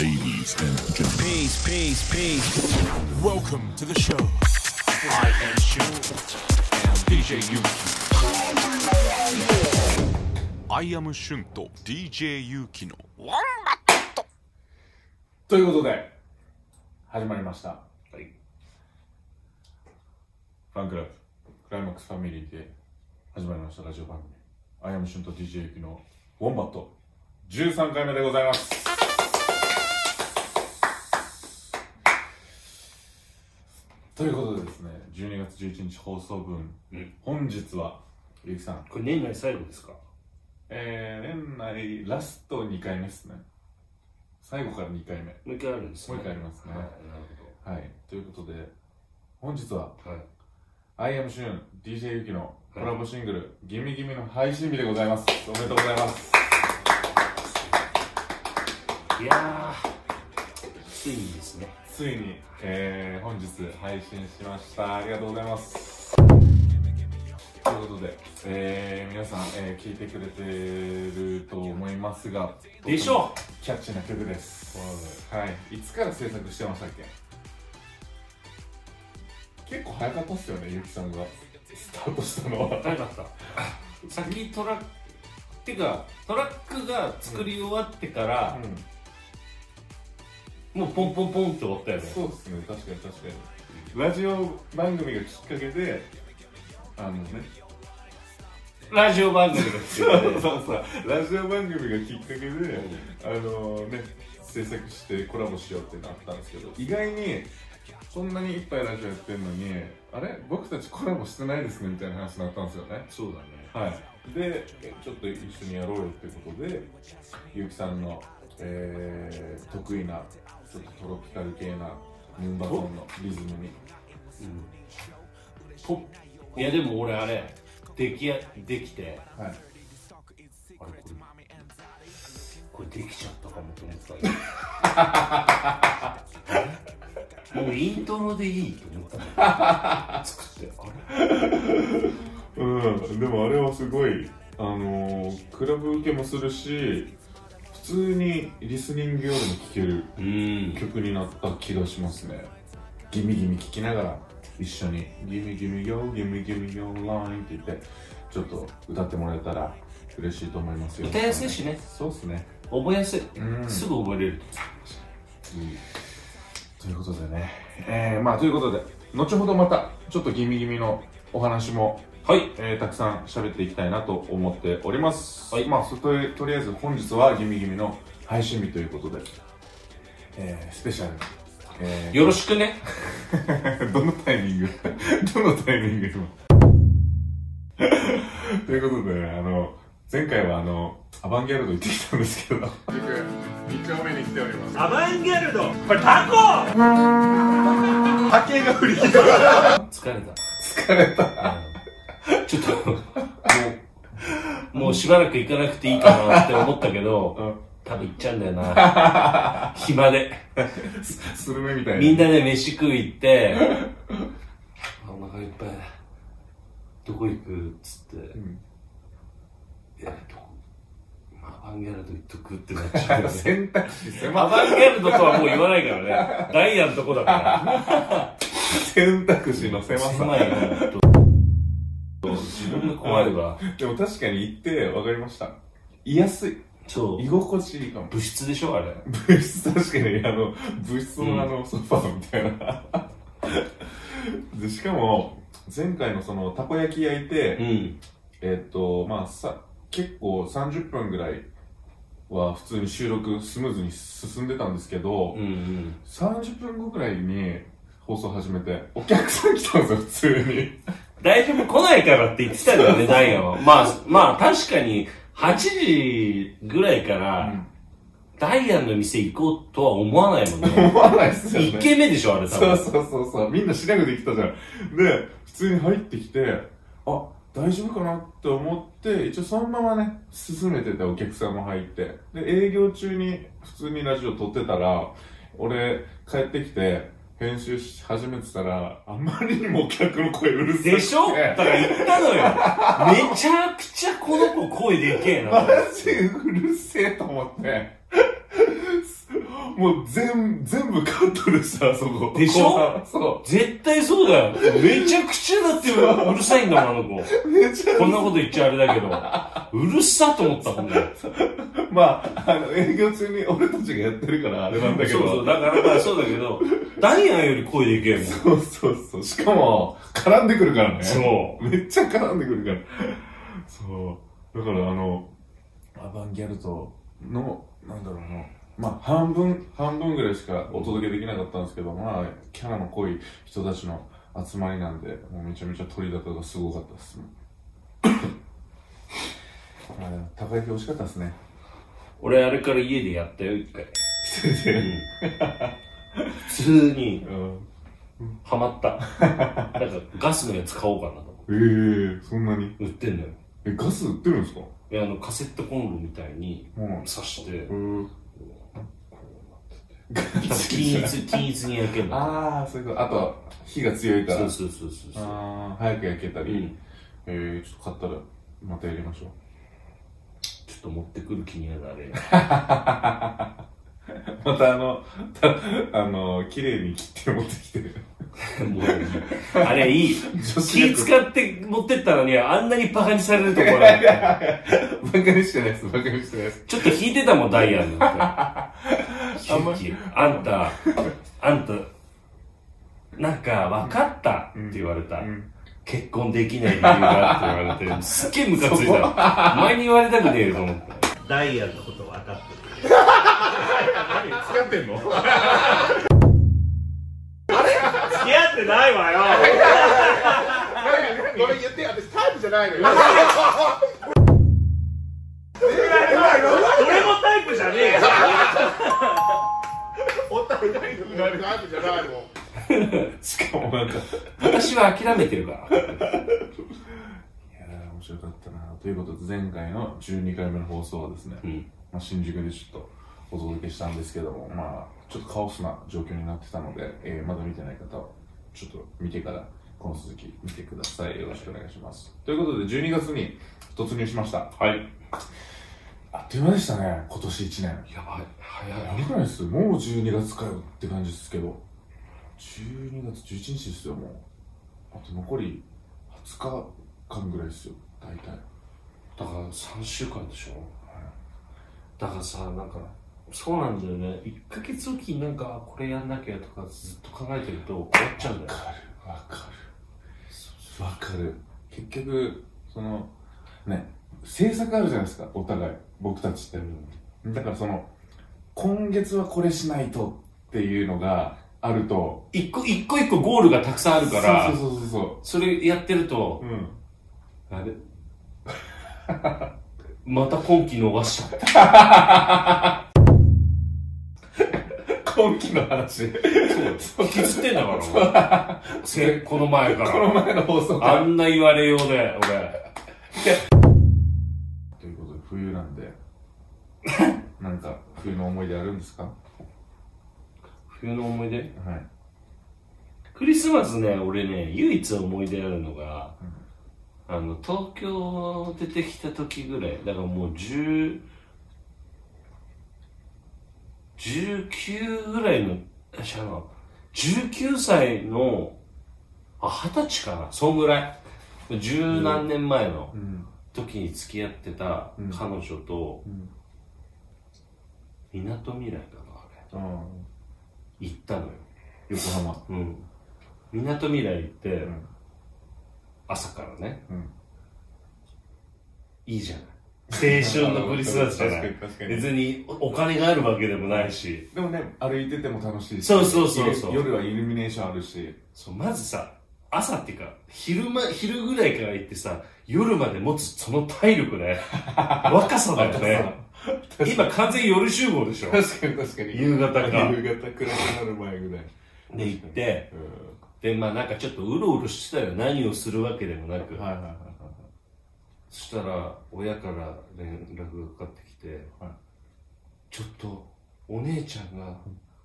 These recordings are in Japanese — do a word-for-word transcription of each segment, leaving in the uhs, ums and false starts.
Ladies and gentlemen. Peace, peace, peace. Welcome to the show. I am Shun and ディージェー ユウキ。I am Shun と ディージェー ユウキのワンバットということで始まりました。はい。ファンクラブクライマックスファミリーで始まりましたラジオ番組 I am Shun と ディージェー ユウキのウォンバットじゅうさんかいめでございます。ということでですね、じゅうにがつじゅういちにち放送分、うん、本日はゆうきさん、 これ年内最後ですか？ えー、年内ラストにかいめですね。最後からにかいめ。もう一回あるんですね。 もう一回ありますね。はい、なるほど。はい、ということで本日は、はい、I am Shun ディージェー ユウキのコラボシングル、はい、ギミギミの配信日でございます。おめでとうございます。 いやー、ついにですね。 ついに、えー、本日配信しました。ありがとうございます。ということで、えー、皆さん、えー、聞いてくれてると思いますが、 でしょう。 キャッチーな曲です。はい。いつから制作してましたっけ？結構早かったっすよね、ゆきさんがスタートしたのは。 早かった。先トラックっていうかトラックが作り終わってから。うんうん、もうポンポンポンって終わったよね。 そうですね、確かに確かに。ラジオ番組がきっかけで、あのね、 ラジオ番組がきっかけで、 そうそう、ラジオ番組がきっかけで、うん、あのね、制作してコラボしようってなったんですけど、意外にそんなにいっぱいラジオやってるのに、あれ僕たちコラボしてないですねみたいな話になったんですよね。 そうだね。 はい。で、ちょっと一緒にやろうよってことで、ゆうきさんの、えー、得意なちょっとトロピカル系なムンバトンのリズムに、うん、ポップ。 いやでも俺あれできやできて、はい、あれこれこれできちゃったかもと思ったもうイントロでいいと思った作ってあれうん、でもあれはすごいあのー、クラブ受けもするし普通にリスニング用でも聴ける曲になった気がしますね。ギミギミ聴きながら一緒にギミギミヨーギミギミヨーラインって言ってちょっと歌ってもらえたら嬉しいと思いますよ。 歌いやすいしね。 そうっすね。 覚えやすい。すぐ覚えれる。 うん、ということでね、えー、まあということで後ほどまたちょっとギミギミのお話もはい、えー、たくさん喋っていきたいなと思っております。はい、まあそととりあえず本日はギミギミの配信日ということで、えー、スペシャル、 えー、よろしくね。 どのタイミングどのタイミング今ということで、ね、あの前回はあのアバンギャルド行ってきたんですけどに丁目に来ております。 アバンギャルドこれタコ波形が振り切る。 疲れた疲れた、 うん、ちょっともうもうしばらく行かなくていいかなって思ったけど、うん、多分行っちゃうんだよな。暇でスルメみたいなみんなで飯食い行ってお腹いっぱいどこ行くっつって、うん、いやどこアバンギャルド行っとくってなっちゃうよね。 選択肢狭アバンギャルドとはもう言わないからね。ダイヤのとこだから選択肢の狭さ狭いよ自分が困れば。 でも確かに行って分かりました。居やすい。 そう。 居心地いいかも。 物質でしょあれ。 物質確かにあの物質のあの、うん、ソファーみたいな。でしかも前回のそのたこ焼き焼いて、うん、えっとまあさ結構さんじゅっぷんぐらいは普通に収録スムーズに進んでたんですけど、うんうん、さんじゅっぷんごぐらいに放送始めてお客さん来たんですよ普通に。 大丈夫来ないからって言ってたんだよねダイヤは。まあまあ確かにはちじぐらいから、うん、ダイヤの店行こうとは思わないもんね。 思わないっすよね。 いっけんめでしょあれ多分。 そうそうそうそう。みんなしなくできたじゃん。で普通に入ってきてあ大丈夫かなって思って一応そのままね進めてたお客さんも入ってで営業中に普通にラジオ撮ってたら俺帰ってきて編集し始めてたらあまりにもお客の声うるさくてでしょだから言ったのよ。めちゃくちゃこの子声でけえな。 マジうるせえと思ってもう全全部カットでさ、そこ。 でしょ？ そう。 絶対そうだよ。めちゃくちゃだってうるさいんだもん、あの子。 めちゃこんなこと言っちゃあれだけど。うるさと思ったもんね。 まあ、あの、営業中に俺たちがやってるからあれなんだけど。 そうそう、だからまあそうだけど、ダイアンより声でいけんもん。 そうそうそう。しかも、絡んでくるからね。 そう。 めっちゃ絡んでくるから。そう。だからあの、アバンギャルトの、なんだろうな。まあ、半分、半分ぐらいしかお届けできなかったんですけど、まあ、キャラの濃い人たちの集まりなんで、もうめちゃめちゃ取り高がすごかったですね。たこ焼き美味しかったですね。 俺あれから家でやったよ、一回。 一人で。 普通に、 うん。 ハマった。なんかガスのやつ買おうかなと思って。 ええー、そんなに売ってんのよ。 え、ガス売ってるんですか？ いや、あの、カセットコンロみたいにうん。 刺して、 うん。 均一、均一に焼けるの。 ああ、そういうこと。あと、火が強いから。 そうそうそうそう。 ああ、早く焼けたり。 うん、 えー、ちょっと買ったら、またやりましょう。 ちょっと持ってくる気にはなれない。 またあの、たあの、綺麗に切って持ってきてる。 もう、あれいい。気使って持ってったのに、あんなにバカにされるところない。 バカにしてないです、バカにしてないです。 ちょっと引いてたもん、ダイヤの。あんた、あんた、なんか、分かったって言われた。うんうん、結婚できない理由がって言われて、すっげえムカついた。お前に言われたくねえよと思って。ダイヤのこと分かってる。 何使ってんの？ あれ付き合ってないわよ。 ごめん言って、私タイプじゃないのよ。 俺もタイプじゃねえよ。 お互いタイプじゃないもん。しかもなんか私は諦めてるから。いやー面白かったな。ということで前回のじゅうにかいめの放送はですね、うん、まあ、新宿でちょっとお届けしたんですけども、まあちょっとカオスな状況になってたので、えー、まだ見てない方はちょっと見てからこの続き見てください。よろしくお願いします。ということでじゅうにがつに突入しました。はい。あっという間でしたね、今年いちねん。 やばい、早い。 やばくないです。もうじゅうにがつかよって感じですけど、じゅうにがつじゅういちにちですよ、もう。あと残りはつかかんぐらいですよ、大体。 だからさんしゅうかんでしょ、はい、だからさ、なんかそうなんだよね。いっかげつおきになんかこれやんなきゃとかずっと考えてると終わっちゃうんだよ。 わかるわかるわかる。結局そのね、制作あるじゃないですか、お互い僕たちって、うん、だからその今月はこれしないとっていうのがあると一個一個一個ゴールがたくさんあるから、 そうそうそうそうそれやってると、うん、あれまた今期逃しちゃった今期の話そう引きずってんだから俺この前からこの前の放送からあんな言われようで俺ということで冬なんでなんか冬の思い出あるんですか？ 冬の思い出？はい。ククリスマスね、俺ね、唯一思い出あるのが、うん、あの、東京出てきた時ぐらい、だからもうじゅう、じゅうきゅうぐらいの、あの、じゅうきゅうさいの、あ、はたちかな、そんぐらい。十何年前の時に付き合ってた彼女と、みなとみらいかな、あれ。行ったのよ。 横浜。 うん。みなとみらい行って、うん、朝からね、うん、いいじゃない。青春のクリスマスじゃない。別にお金があるわけでもないし。 でもね、歩いてても楽しいし。 そうそうそうそう。 夜はイルミネーションあるし。 そう、まずさ、朝っていうか、昼間、昼ぐらいから行ってさ、夜まで持つその体力ね。若さだよね。今完全に夜集合でしょ。 確かに確かに。 夕方か。 夕方暗くなる前ぐらい。 で行って、うん、で、まあなんかちょっとうろうろしてたよ。何をするわけでもなく。はいはいはいはい。そしたら、親から連絡がかかってきて、はい、ちょっと、お姉ちゃんが、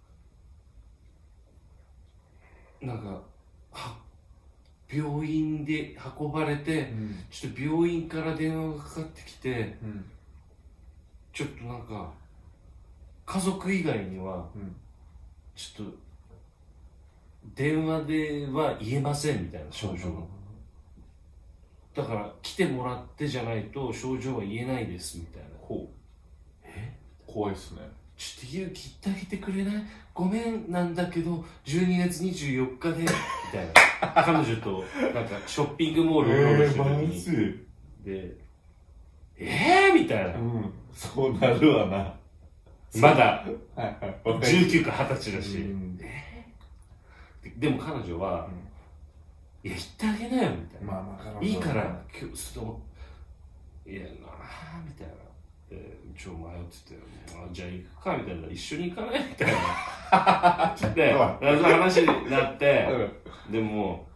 なんか、は、病院で運ばれて、うん、ちょっと病院から電話がかかってきて、うん、ちょっとなんか、 家族以外には、うん、ちょっと電話では言えませんみたいな症状が、だから来てもらってじゃないと症状は言えないですみたいな。 ほう。え怖いっすね。 ちょっと勇気言ってあげてくれない？ごめんなんだけどじゅうにがつにじゅうよっかでみたいな。彼女となんかショッピングモールをうろうろしてる時に、えー、でえーみたいな、 うん、そうなるわな。 まだじゅうきゅうかはたちだし、うん、えー、でも彼女は、うん、いや言ってあげなよみたいな、まあまあ、いいから今日ちょっといやなあみたいな。でちょ迷ってて、あじゃあ行くかみたいな、一緒に行かないみたいなで話になって、うん、でも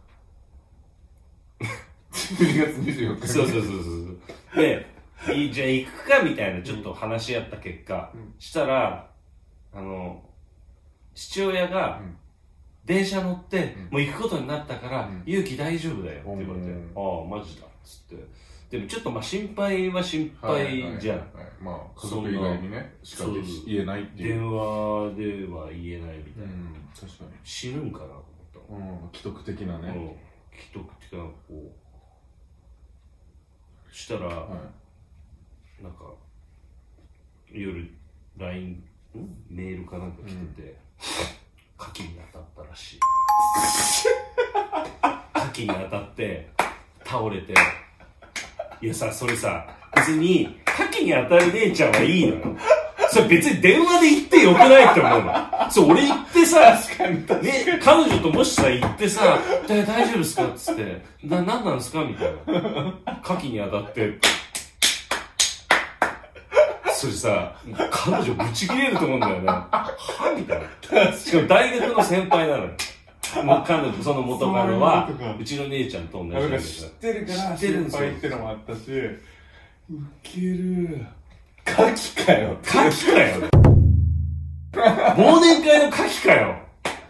じゅうにがつにじゅうよっかそうそうそうそうでじゃあ行くかみたいなちょっと話し合った結果、うん、したらあの父親が、うん、電車乗って、うん、もう行くことになったから、うん、勇気大丈夫だよって言われて、うん、ああマジだっつって、でもちょっとまあ心配は心配じゃん、はいはいはい、 まあ家族以外にねしか言えないっていう、 電話では言えないみたいな、うん、 確かに死ぬんかなと思った、 うん、既得的なね、うん、 既得的なこうしたら、はい、なんか夜 ライン んメールかなんか来てて、牡蠣、うん、に当たったらしい牡蠣に当たって倒れて、いやさ、それさ、別に牡蠣に当たる姉ちゃんはいいのよ。それ別に電話で言ってよくないって思うの。そう、俺言ってさ、確かに確かにね、彼女ともしさ、言ってさ、大丈夫ですかっつって、な、なんなんですかみたいな。牡蠣に当たって、それさ、彼女ブチ切れると思うんだよね。はみたいな。しかも大学の先輩なのよ。もう彼女、その元カノは、うちの姉ちゃんと同じなんですよ。知ってるから心配ってのもあったし、ウケる。牡蠣かよ。 牡蠣かよ。忘年会の牡蠣かよ。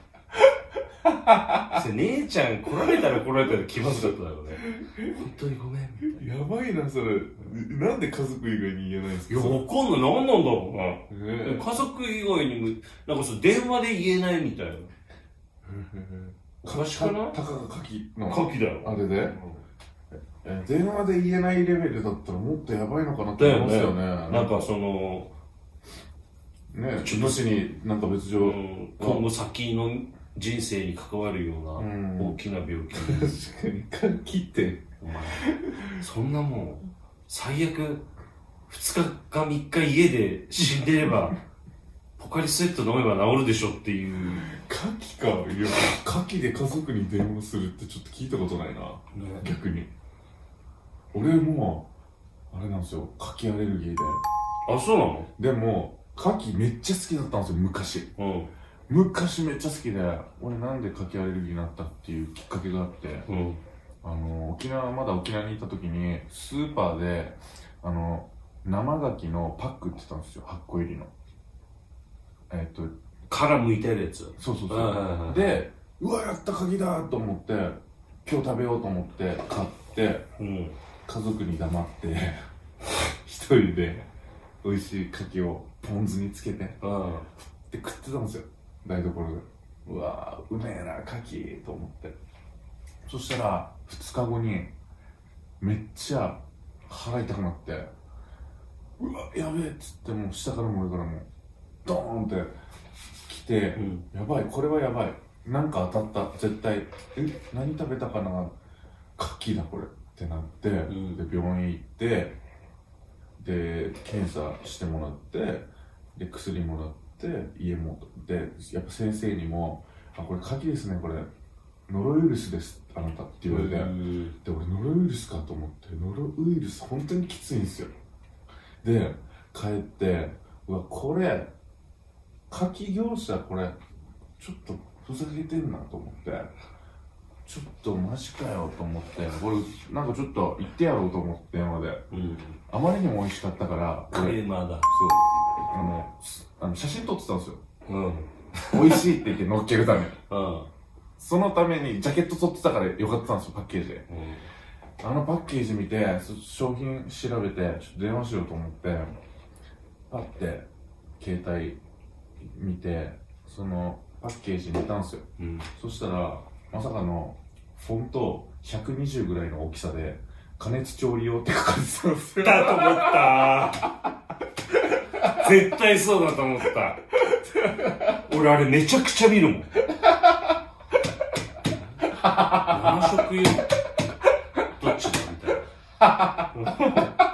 姉ちゃん来られたら来られたら気まずかっただろうね。本当にごめんみたいな。 やばいな、それ。なんで家族以外に言えないんですか？ いや、わかんない。何なんだろうな。えー、家族以外にも、なんかそう電話で言えないみたいな。昔かな？ たかが牡蠣の。 牡蠣だよ。 あれで、うん、え電話で言えないレベルだったらもっとやばいのかなって思いますよね。 なんかその、 ね、主になんか別状、うん、 この先の人生に関わるような大きな病気。 確かに、牡蠣って。 お前、そんなもん、最悪、ふつかかみっか家で死んでれば、ポカリスエット飲めば治るでしょっていう。 牡蠣か。いや、牡蠣で家族に電話するってちょっと聞いたことないな。ね、逆に。俺も、あれなんですよ、牡蠣アレルギーで。 あ、そうなの？ でも、牡蠣めっちゃ好きだったんですよ、昔。うん。昔めっちゃ好きで、俺なんで牡蠣アレルギーになったっていうきっかけがあって、うん、あの、沖縄、まだ沖縄にいた時に、スーパーで、あの、生牡蠣のパック売ってたんですよ、はっこ入りの。えっと、 殻むいてるやつ。 そうそうそう。で、うわ、やった牡蠣だと思って、今日食べようと思って買って、うん、家族に黙って、一人で美味しい牡蠣をポン酢につけて、うん、で食ってたんですよ、台所で。うわー、うめえな、牡蠣と思って。そしたら、ふつかごに、めっちゃ腹痛くなって、うわ、やべえっつって、もう下からも上からも、ドーンって来て、うん、やばい、これはやばい。なんか当たった、絶対。え、何食べたかな？牡蠣だ、これ。ってなって、うん、で、病院行って、で、検査してもらって、で、薬もらって、家も、で、やっぱ先生にも、あ、これ牡蠣ですね、これ。ノロウイルスです、あなたって言われて。で、俺ノロウイルスかと思って、ノロウイルス本当にきついんですよ。で、帰って、うわ、これ、牡蠣業者これちょっとふざけてんなと思って、ちょっとマジかよと思って、これなんかちょっと言ってやろうと思って電話で、うん、あまりにも美味しかったからクレーマーだ。そう、 あのあの写真撮ってたんですよ、うん、美味しいって言って乗っけるために、うん、そのためにジャケット撮ってたからよかったんですよ、パッケージで、うん、あのパッケージ見て商品調べてちょっと電話しようと思って、パッて携帯見て、そのパッケージ見たんですよ、うん、そしたらまさかのフォントひゃくにじゅうぐらいの大きさで加熱調理用って書かれてたんですよ。 だと思った絶対そうだと思った俺あれめちゃくちゃ見るもん生食用どっちだみたいな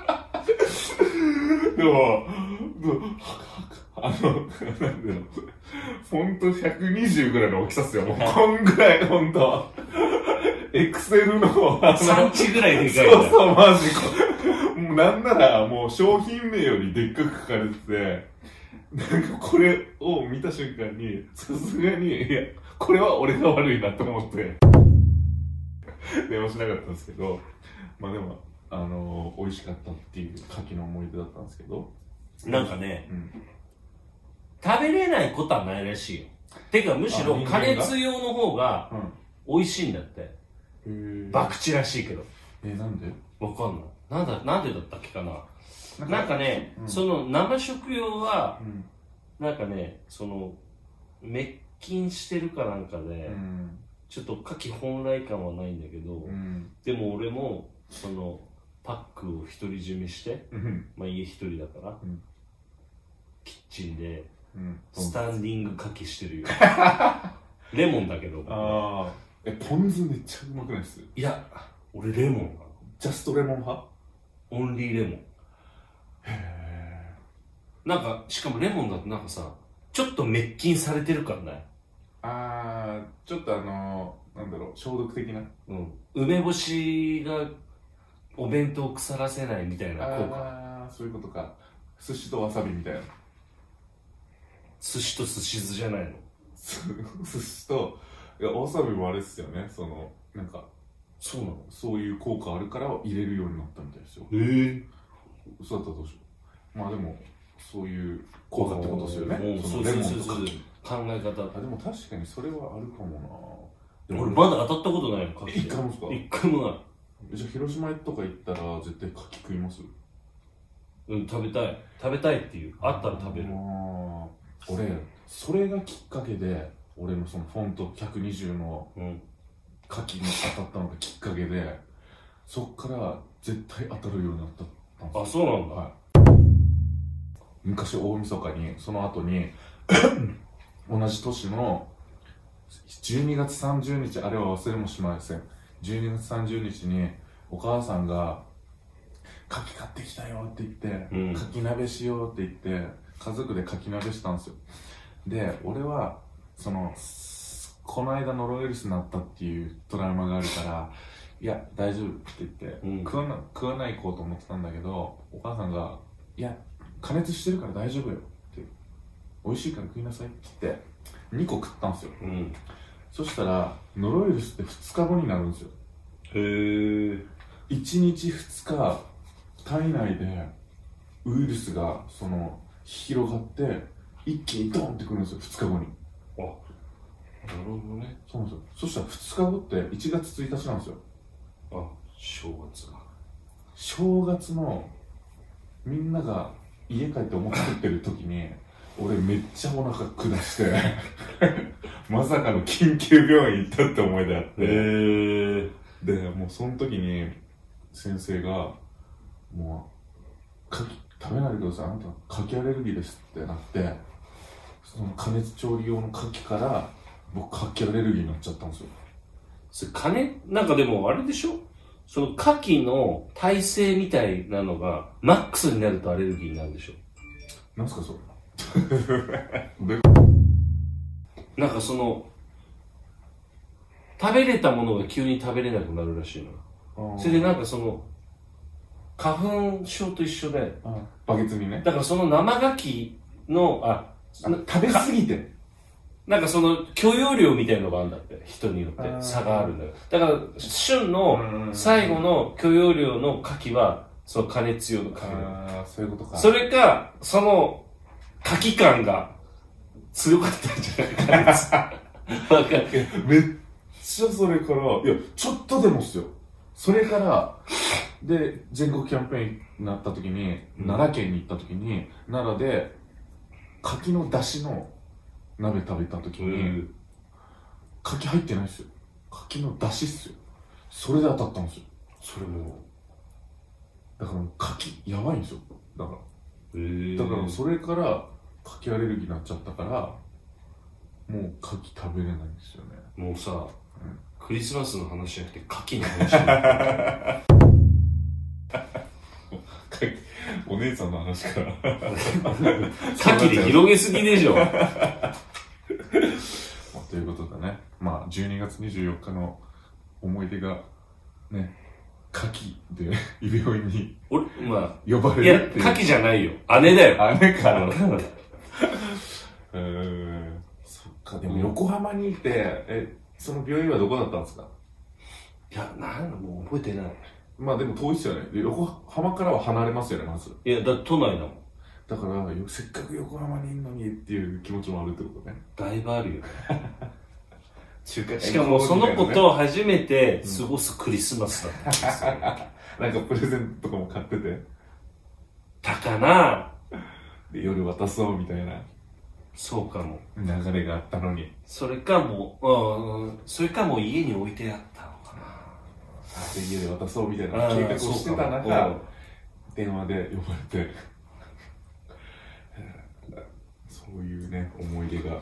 でもあの、なんだろう、フォントひゃくにじゅうぐらいの大きさっすよ。もうこんぐらい、ほんと。エクセルのさんちぐらいでかい。 そうそう、マジ。もうなんなら、もう商品名よりでっかく書かれてて、なんかこれを見た瞬間に、さすがに、いや、これは俺が悪いなと思って、電話しなかったんですけど、まあでも、あのー、美味しかったっていう牡蠣の思い出だったんですけど。 なんかね、うん、食べれないことはないらしいよ。てかむしろ加熱用の方が美味しいんだって。うん、博打らしいけど。 えー、なんで？ わかんない。なんだ、なんでだったっけかな。なんか、なんかね、うん、その生食用は、うん、なんかね、その、滅菌してるかなんかで、うん、ちょっと牡蠣本来感はないんだけど、うん、でも俺も、その、パックを独り占めして、うん、まあ家一人だから、うん、キッチンで、うん、スタンディング牡蠣してるよ。レモンだけど。 ああ。え、ポン酢めっちゃうまくないっす？ いや、俺レモンなの。 ジャストレモン派？ オンリーレモン。へー。なんか、しかもレモンだとなんかさ、ちょっと滅菌されてる感ない？ あー、ちょっとあのー、なんだろう、消毒的な。 うん。梅干しがお弁当を腐らせないみたいな効果。 あー、そういうことか。寿司とわさびみたいな。 寿司と寿司酢じゃないの？ 寿司と、いや、わさびもあれっすよね、その、なんか、 そうなの？ そういう効果あるから入れるようになったみたいですよ。 へぇ、 そうだったらどうしよう。まあでも、そういう効果ってことですよね。そのレモンとか。 考え方。 あ、でも確かにそれはあるかもな。俺まだ当たったことないの、牡蠣。 一回もですか？ 一回もない。 じゃあ広島とか行ったら絶対牡蠣食います？ うん、食べたい。食べたいっていう。あったら食べる。 あ俺、それがきっかけで、俺のそのフォントひゃくにじゅうの牡蠣に当たったのがきっかけで、そっから絶対当たるようになったんですよ。 あ、そうなんだ。はい、 昔大晦日に、その後に同じ年のじゅうにがつさんじゅうにち、あれは忘れもしません。じゅうにがつさんじゅうにちにお母さんが牡蠣買ってきたよって言って、うん、牡蠣鍋しようって言って家族で牡蠣鍋したんですよ。で、俺はそのこの間ノロウイルスになったっていうトラウマがあるからいや大丈夫って言って、うん、食わな食わないこうと思ってたんだけど、お母さんがいや加熱してるから大丈夫よって美味しいから食いなさいって言ってにこ食ったんですよ、うん、そしたらノロウイルスってふつかごになるんですよ。 へー。 いちにちふつか体内でウイルスがその広がって一気にドンってくるんですよ、ふつかごに。 あ、なるほどね。 そうなんですよ。そしたらふつかごっていちがつついたちなんですよ。 あ、正月が。 正月のみんなが家帰ってお餅食ってる時に俺めっちゃお腹下してまさかの緊急病院行ったって思い出あって、えー、でもうその時に先生がもう牡蠣食べないでください、あなた牡蠣アレルギーですってなって、その加熱調理用の牡蠣から僕牡蠣アレルギーになっちゃったんですよ。 それ加熱なんかでもあれでしょ、その牡蠣の耐性みたいなのがマックスになるとアレルギーになるでしょ。 なんすかそれなんかその食べれたものが急に食べれなくなるらしいの。それでなんかその花粉症と一緒で、 バケツにね。 だからその生牡蠣のあ食べ過ぎてなんかその許容量みたいなのがあるんだって、人によって差があるんだよ。だから旬の最後の許容量の牡蠣はその加熱用の牡蠣。 ああ、そういうことか。 それかその牡蠣感が強かったんじゃないかな。わかる。 めっちゃそれからいやちょっとでもっすよ。それからで全国キャンペーンになった時に、うん、奈良県に行った時に奈良で牡蠣の出汁の鍋食べた時に柿入ってないっすよ。柿の出汁っすよ。それで当たったんですよ。 それもだから柿やばいんですよ。だからへーだからそれから柿アレルギーになっちゃったからもう柿食べれないんですよね。 もうさ、うん、クリスマスの話じゃなくて牡蠣の話だお姉さんの話から牡蠣で広げすぎでしょということでね、まあじゅうにがつにじゅうよっかの思い出がね、牡蠣で病院に俺、まあ、 呼ばれるっていう。 いや、牡蠣じゃないよ。姉だよ。 姉か。うーん、そっか。でも横浜にいて、え、その病院はどこだったんですか？ いや、なんだ、もう覚えてない。 まあでも遠いっすよね。横浜からは離れますよね、まず。 いや、だって都内だもん。 だから、せっかく横浜にいるのにっていう気持ちもあるってことね。 だいぶあるよね。 中華しかもその子と初めて過ごすクリスマスだったんですよ。 なんかプレゼントとかも買ってて。 だかなで夜渡そうみたいなそうかも。 流れがあったのに。 それかもう、うん、それかもう家に置いてあったのかな。 で家で渡そうみたいな計画をしてた中、電話で呼ばれてそういうね、思い出が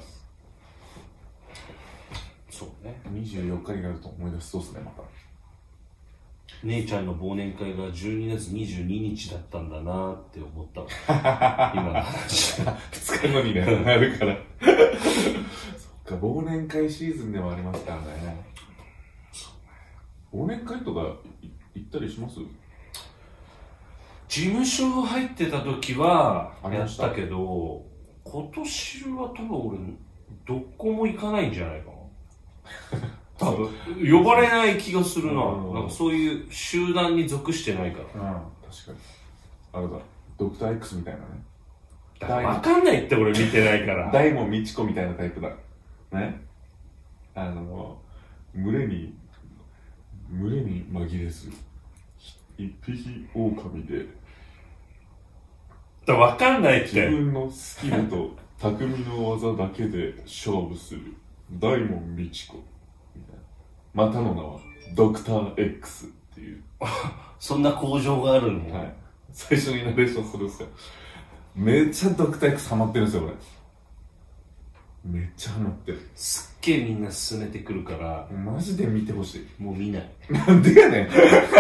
そうね。 にじゅうよっかになると思い出しそうですね、また。 姉ちゃんの忘年会がじゅうにがつにじゅうににちだったんだなって思ったわ今の話ふつかごにね、なるからそっか、忘年会シーズンでもありますからね。忘年会とか行ったりします？ 事務所入ってた時はやっありましたたけど、今年は多分俺どこも行かないんじゃないかな多分呼ばれない気がするな。なんかそういう集団に属してないから。 うん、確かに。あれだ、ドクター X みたいなね。 だから分かんないって俺見てないから大門みち子みたいなタイプだね。あの群れに群れに紛れず一匹狼でだから分かんないって自分のスキルと匠の技だけで勝負する大門みち子みたいな。またの名はドクター X っていうそんな向上があるの？ はい、最初にナレーションするんですよ。めっちゃドクター X ハマってるんですよ、これ。めっちゃハマってる。 すっげえみんな勧めてくるからマジで見てほしい。 もう見ない。 なんでやねん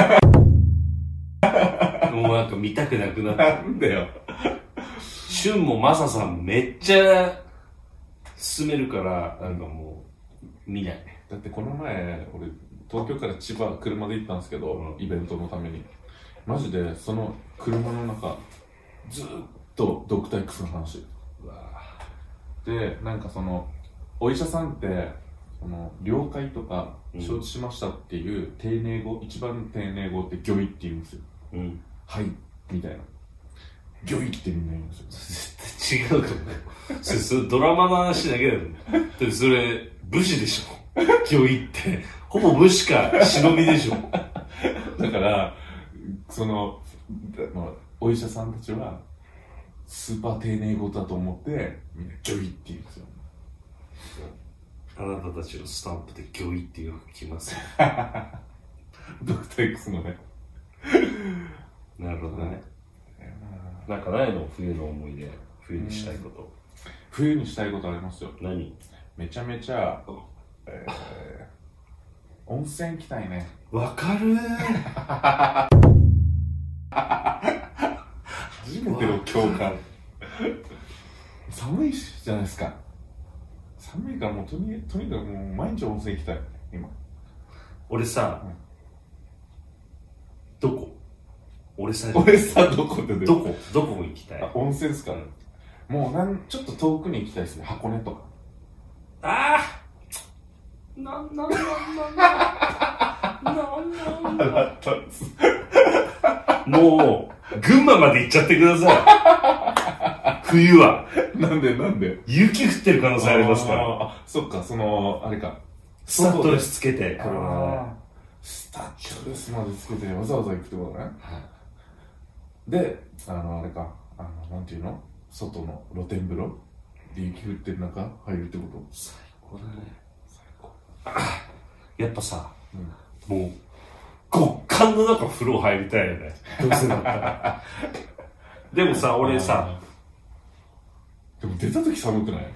もうなんか見たくなくなった。 なんだよ。 シュンもマサさんもめっちゃ勧めるからなんかもう見ない。 だってこの前俺東京から千葉車で行ったんですけど、うん、イベントのためにマジでその車の中ずっとドクター X の話。うわで、なんかそのお医者さんってその了解とか承知しましたっていう丁寧語、一番丁寧語ってギョイって言うんですよ、うん、はいみたいなギョイってみんな言うんですよ。 絶対違うかもそれ、それドラマの話だけだよね。でそれ武士でしょギョイってほぼ武士か忍びでしょだからその、まあ、お医者さんたちはスーパー丁寧語だと思ってみんなギョイって言うんですよ。 あなたたちのスタンプでギョイってよく来ますよドクター X のねなるほどね。なんかないの？冬の思い出、冬にしたいこと。 冬にしたいことありますよ。 何？ めちゃめちゃ、えー、温泉行きたいね。 わかる初めての共感寒いしじゃないですか。寒いからもうとに、とにかくもう毎日温泉行きたい今。 俺さ、うん、どこ俺さ俺さどこでどこどこ行きたい？ あ、温泉ですか、うん、もうなんちょっと遠くに行きたいですね。箱根とか。 ああなんなんなんなんなんなんなんもう群馬まで行っちゃってください冬は。 なんでなんで雪降ってる可能性ありますから。 あ、そっか、そのあれか、 スタッドレスつけて車スタッドレスまでつけてわざわざ行くってことね、はい、で、あのあれか、あのなんていうの、外の露天風呂で雪降ってる中入るってこと？ 最高だね。最高。やっぱさ、うん、もう極寒の中風呂入りたいよね。どうせだったら。でもさ、俺さ、 でも出た時寒くない？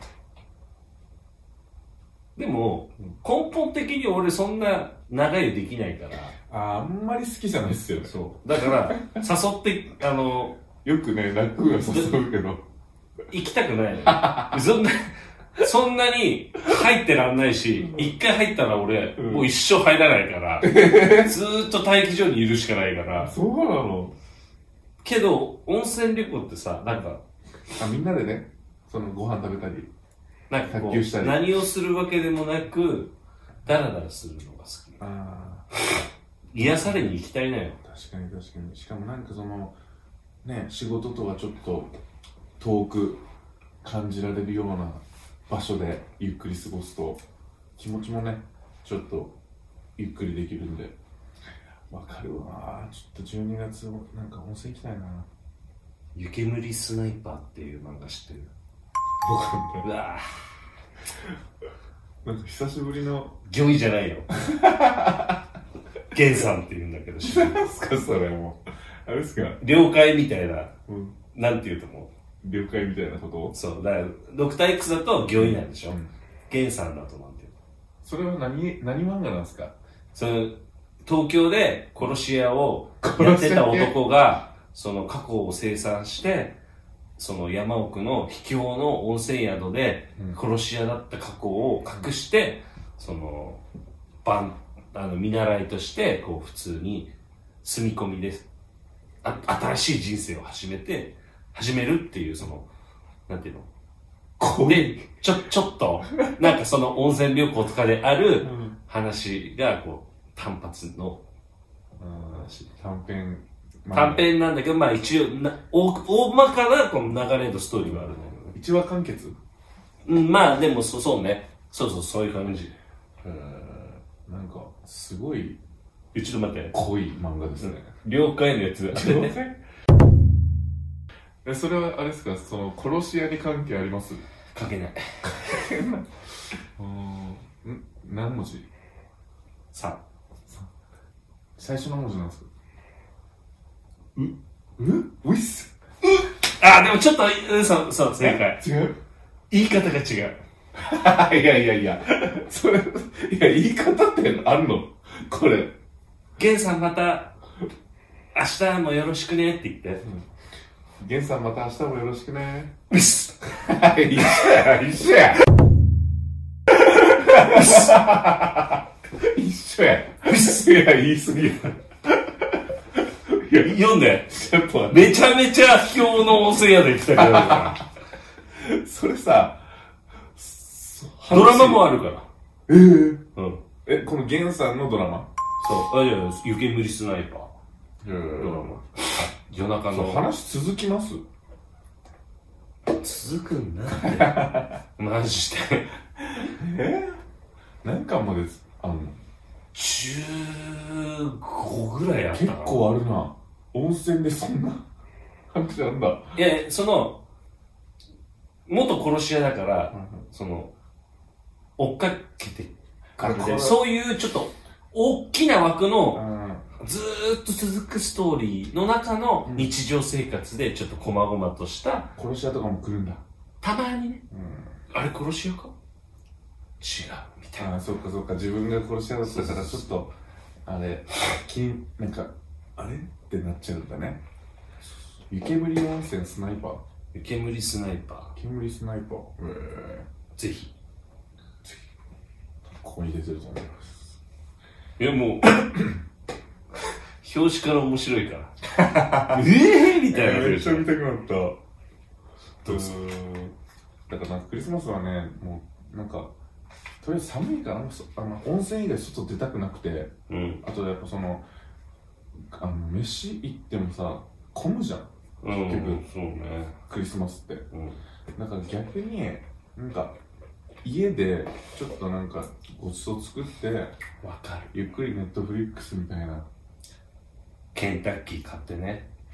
でも根本的に俺そんな長湯できないから。 あ, あんまり好きじゃないっすよね。 そうだから誘ってあのよくね楽が誘うけど行きたくないのそんなそんなに入ってらんないし、一回入ったら俺、うん、もう一生入らないからずーっと待機場にいるしかないから。 そうなの？ けど温泉旅行ってさ、なんかあみんなでね、そのご飯食べたりなんかこう何をするわけでもなくダラダラするのが好き。あ癒されに行きたいなよ。 確かに確かに。しかもなんかそのね、仕事とはちょっと遠く感じられるような場所でゆっくり過ごすと気持ちもねちょっとゆっくりできるんで。わかるわ。ちょっとじゅうにがつなんか温泉行きたいな。 湯煙スナイパーっていう漫画知ってる？ 僕うわなんか久しぶりの魚意じゃないよゲンさんって言うんだけど知ってますか？それもあれですか？ 了解みたいな、 うん、 なんて言うと思う？ 了解みたいなこと？ そうだからドクター X だと魚意なんでしょ、うん、ゲンさんだとなんていうの？ それは何何漫画なんですか？ その東京で殺し屋をやってた男がその過去を清算してその山奥の秘境の温泉宿で殺し屋だった過去を隠して、うん、その番あの見習いとしてこう普通に住み込みであ新しい人生を始めて始めるっていうそのなんていうのでちょちょっとなんかその温泉旅行とかである話がこう単発の話短編短編なんだけどまあ一応な 大, 大まかなこの流れのストーリーがあるのよ。 一話完結？ うんまあでも そ, そうねそうそうそういう感じ。 うんなんかすごいちょっと待って濃い漫画ですね、 うん、了解のやつ了解えそれはあれですか？その殺し屋に関係あります？ 関係ないうんん何文字？ さ最初の文字なんですか？ううういっすうあでもちょっとそうそう正解。 違う？ 言い方が違ういやいやいやそれいや言い方ってあるの？これゲンさんまた明日もよろしくねって言って、うん、 ゲンさんまた明日もよろしくねうっす一緒や一緒や一緒やうっすいや言い過ぎやいや読んでめちゃめちゃ秘境の温泉宿行きたくなるそれさドラマもあるからえー、 うん、 えこのゲンさんのドラマ？ そうあいや湯煙スナイパードラマ夜中の話続きます？ 続くんだってマジでえ何巻まであんの？ じゅうごぐらいあったかな。 結構あるな。温泉でそんな話なんだ。 いやその元殺し屋だから、うん、その追っかけてくるんでそういうちょっと大きな枠のずーっと続くストーリーの中の日常生活でちょっと細々とした殺し屋とかも来るんだたまにね、うん、あれ殺し屋か違うみたいな。 ああそっかそっか自分が殺し屋だったからちょっとあれ気なんかあれってなっちゃうんだね。湯煙温泉スナイパー湯煙スナイパー湯煙スナイパーえー、ぜひぜひここに出てると思います。 いやもう表紙から面白いからええー、みたいなめっちゃ見たくなった。どうぞ。だからクリスマスはねもうなんかとりあえず寒いからあの温泉以外外出たくなくて、うん、あとやっぱそのあの飯行ってもさ混むじゃん結局、うん、そうね、クリスマスって、うん、だから逆になんか家でちょっとなんかごちそう作ってわかるゆっくりネットフリックスみたいなケンタッキー買ってね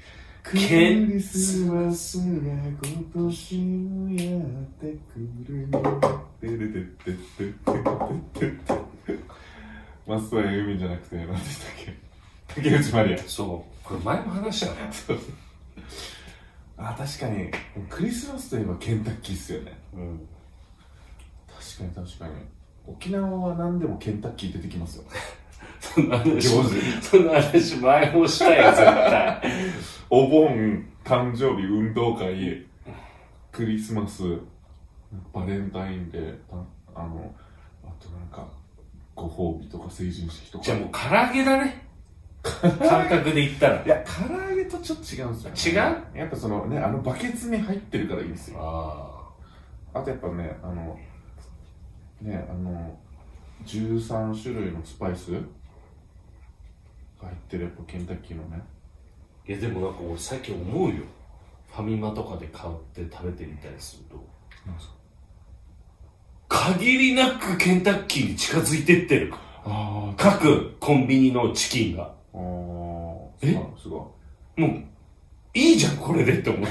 クリスマスが今年もやってくる。てれてってってってってって。松任谷由実じゃなくて何でしたっけ？竹内まりや。 そうこれ前も話したね。そうあ、確かにクリスマスといえばケンタッキーっすよね。うん。確かに確かに。沖縄は何でもケンタッキー出てきますよ。 そんな話、そんな話前もしたよ、絶対。 お盆、誕生日、運動会、クリスマス、バレンタインデー、あの、あとなんか、ご褒美とか成人式とか。 じゃあもう唐揚げだね。感覚で言ったら。 いや、唐揚げとちょっと違うんですよ、ね。違う？やっぱそのね、あのバケツに入ってるからいいんですよ。ああ。あとやっぱね、あの、ね、あの、じゅうさんしゅるいのスパイスが入ってるやっぱケンタッキーのね。 いやでもなんか俺最近思うよ。ファミマとかで買って食べてみたりすると。なんですか？限りなくケンタッキーに近づいてってる。あ各コンビニのチキンが。ああ。え？すごい。もう、いいじゃん、これでって思った。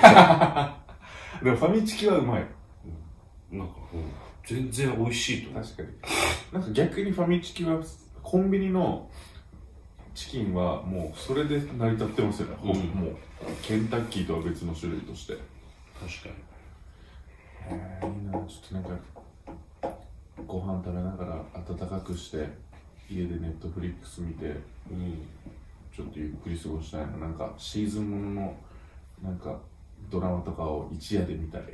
でもファミチキはうまい。 うん、なんか、うん、全然美味しいと思う。 確かに。なんか逆にファミチキは、コンビニのチキンはもうそれで成り立ってますよね。うん、もう、ケンタッキーとは別の種類として。 確かに。 えー、いいな、ちょっとなんか、ご飯食べながら温かくして、家でネットフリックス見て、うん、ちょっとゆっくり過ごしたいな。なんかシーズンもののなんかドラマとかを一夜で見たり、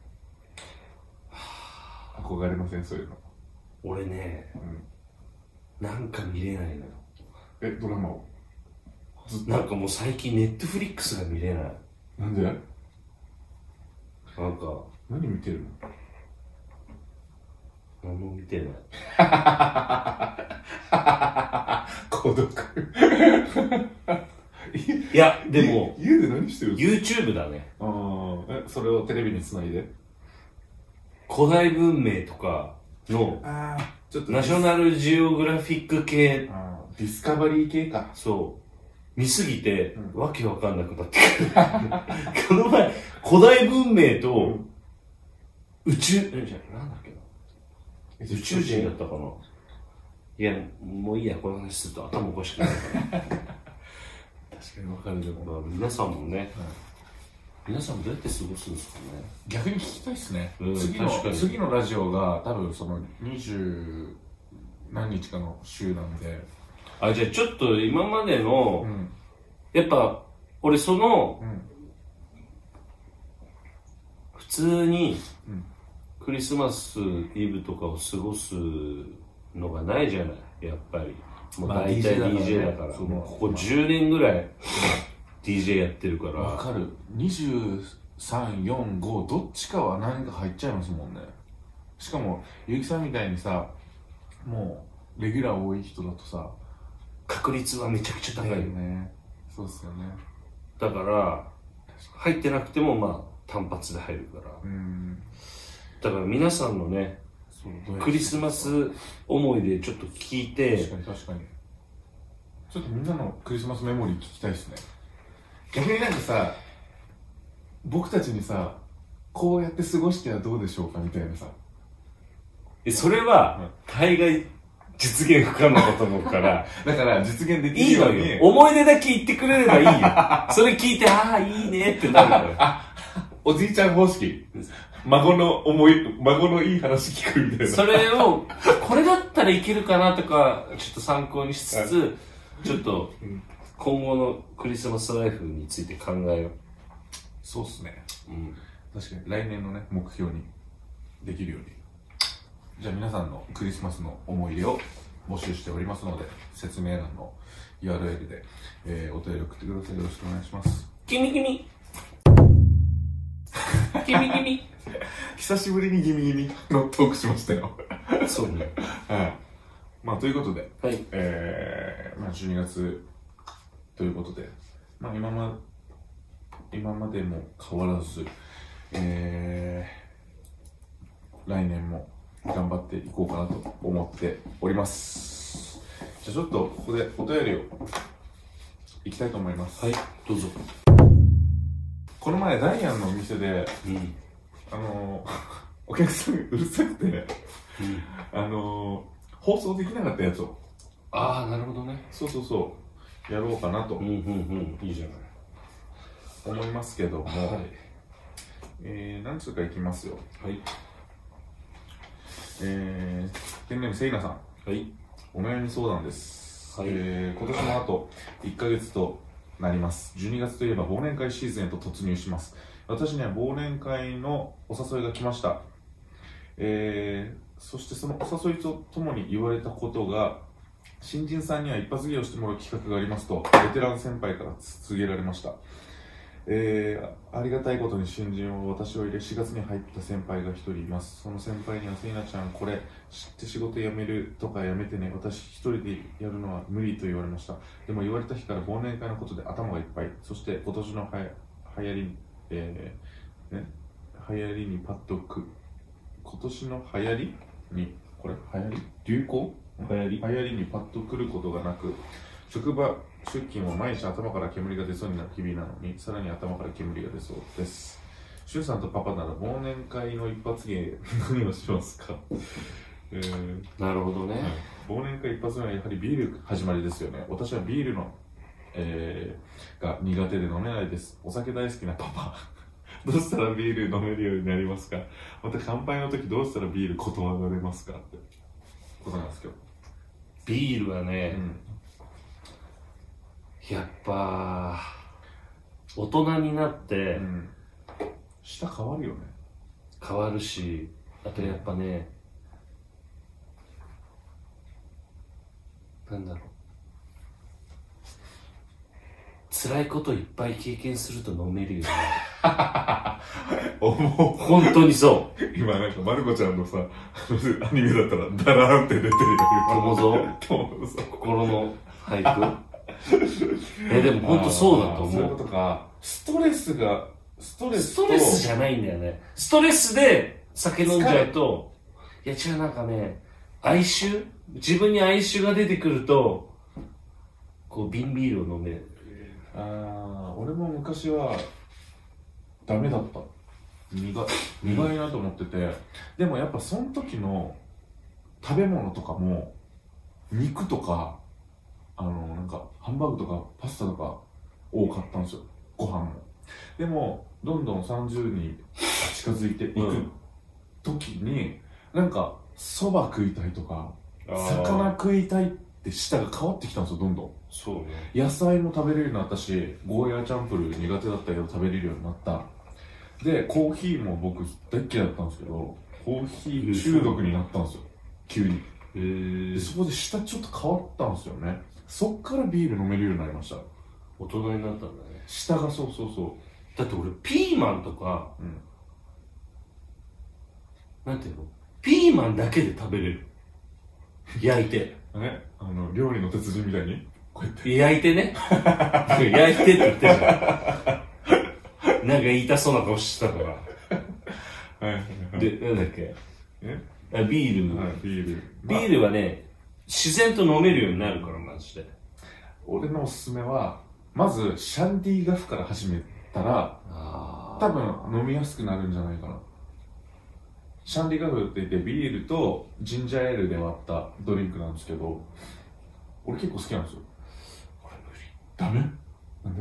憧れません？そういうの。 俺ね、うん、なんか見れないのよ。 え、ドラマをずっと？なんかもう最近ネットフリックスが見れない。 なんで？なんか何見てるの？ 何も見てない。 孤独。 いや、でも家で何してるんですか？ YouTube だね。 ああ、え、それをテレビにつないで古代文明とかのあちょっとナショナルジオグラフィック系、 あディスカバリー系か。 そう見すぎて、うん、わけわかんなくなってくる。この前古代文明と宇宙、うん、じゃなんだっけな、宇宙人だったかな。いや、もういいや、この話すると頭おかしくなるから。確かにわかるでも、 まあ、皆さんもね、はい、皆さんどうやって過ごすんですかね。 逆に聞きたいっすね。うん、次の次のラジオが多分その二十何日かの週なんで。 あ、じゃあちょっと今までの、うん、やっぱ俺その、うん、普通に、うんクリスマスイブとかを過ごすのがないじゃない、やっぱり。もう大体 ディージェー だから、もうここじゅうねんぐらい ディージェー やってるから。 わかる。にじゅうさん、よん、ごどっちかは何か入っちゃいますもんね。しかもゆうきさんみたいにさ、もうレギュラー多い人だとさ、 確率はめちゃくちゃ高いよね。そうっすよね。 だから入ってなくてもまあ単発で入るから。うんだから皆さんのね、クリスマス思いでちょっと聞いて、 確かに確かに。ちょっとみんなのクリスマスメモリー聞きたいですね。逆になんかさ、僕たちにさ、こうやって過ごしてはどうでしょうかみたいなさ。 え、それは、大概実現不可能だと思うから。 だから実現できるように。いいのよ。 思い出だけ言ってくれればいいよ。それ聞いて、ああ、いいねってなるから。あ、 おじいちゃん方式。孫の思い、孫のいい話聞くみたいな。 それを、これだったらいけるかなとか、ちょっと参考にしつつ、はい、ちょっと、今後のクリスマスライフについて考えよう。 そうっすね。うん。確かに、来年のね、目標にできるように。じゃあ皆さんのクリスマスの思い出を募集しておりますので、説明欄の ユーアールエル で、えー、お便り送ってください。よろしくお願いします。 キミキミキミキミ久しぶりにギミギミのトークしましたよ。 そうね。 はい。まあということで、 はい、 えー、まあじゅうにがつということで、まあ今ま今までも変わらず、えー、来年も頑張っていこうかなと思っております。じゃあちょっとここでお便りをいきたいと思います。 はい、どうぞ。 この前ダイアンのお店で、うん、あのお客さんがうるさくて、うん、あの放送できなかったやつを、 ああなるほどね、 そうそうそうやろうかなと、うんうんうん、いいじゃない思いますけども、はい、えー、何つうかいきますよ。 はい。 えー、ペンネームせいなさん、 はい、 お悩み相談です。 はい、 えー、今年のあといっかげつとなります。じゅうにがつといえば忘年会シーズンへと突入します。私には忘年会のお誘いが来ました。えー、そしてそのお誘いとともに言われたことが、新人さんには一発芸をしてもらう企画がありますとベテラン先輩から告げられました。えー、ありがたいことに新人を私を入れしがつに入った先輩が一人います。その先輩にはせいなちゃんこれ知って仕事辞めるとかやめてね、私一人でやるのは無理と言われました。でも言われた日から忘年会のことで頭がいっぱい。そして今年のはや流行り、えーね、流行りにパッとく今年の流行りにこれ流行り流行流行り流行りにパッと来ることがなく、職場出勤は毎日頭から煙が出そうになる日々なのに、さらに頭から煙が出そうです。しゅんさんとパパなら忘年会の一発芸何をしますか？えー、 なるほどね、はい、 忘年会一発目はやはりビール始まりですよね。私はビールの、えー、が苦手で飲めないです。お酒大好きなパパどうしたらビール飲めるようになりますか？また乾杯の時どうしたらビール断られますかってことなんですけど、 ビールはね、うん、やっぱ大人になって、うん、 舌変わるよね。 変わるし、あとやっぱね、なんだろう、辛いこといっぱい経験すると飲めるよね本当にそう。 今なんかまる子ちゃんのさアニメだったらダラーンって出てるよ。 友蔵心の俳句えでも本当そうだと思う。 そういうことか。ストレスがストレスストレスじゃないんだよね。ストレスで酒飲んじゃうと、いや違う、なんかね、哀愁、自分に哀愁が出てくるとこう瓶ビールを飲める。 ああ、俺も昔はダメだった。苦い苦いなと思ってて、うん、でもやっぱその時の食べ物とかも肉とかあのなんかハンバーグとかパスタとか多かったんですよ、ご飯も。でもどんどんさんじゅうに近づいていく時に、うん、なんかそば食いたいとか魚食いたいって舌が変わってきたんですよ、どんどん。 そうね、 野菜も食べれるようになったし、ゴーヤーチャンプルー苦手だったけど食べれるようになった。でコーヒーも僕大っ嫌いだったんですけど、コーヒー中毒になったんですよ、急に。 へー。 でそこで舌ちょっと変わったんですよね。そっからビール飲めるようになりました。 大人になったんだね、 舌が。そうそうそう。 だって俺ピーマンとか、うん、なんていうの、ピーマンだけで食べれる焼いてね、あの料理の鉄人みたいにこうやって焼いてね焼いてって言ってるじゃんなんか言いたそうな顔してたからはいはいはい。 で、なんだっけ、 えあビール、 はい、ビール、 ビールはね、自然と飲めるようになるから、マジで。 俺のおすすめはまずシャンディガフから始めたら多分飲みやすくなるんじゃないかな。シャンディガフって言ってビールとジンジャーエールで割ったドリンクなんですけど、俺結構好きなんですよ。 俺無理。 ダメ？なんで？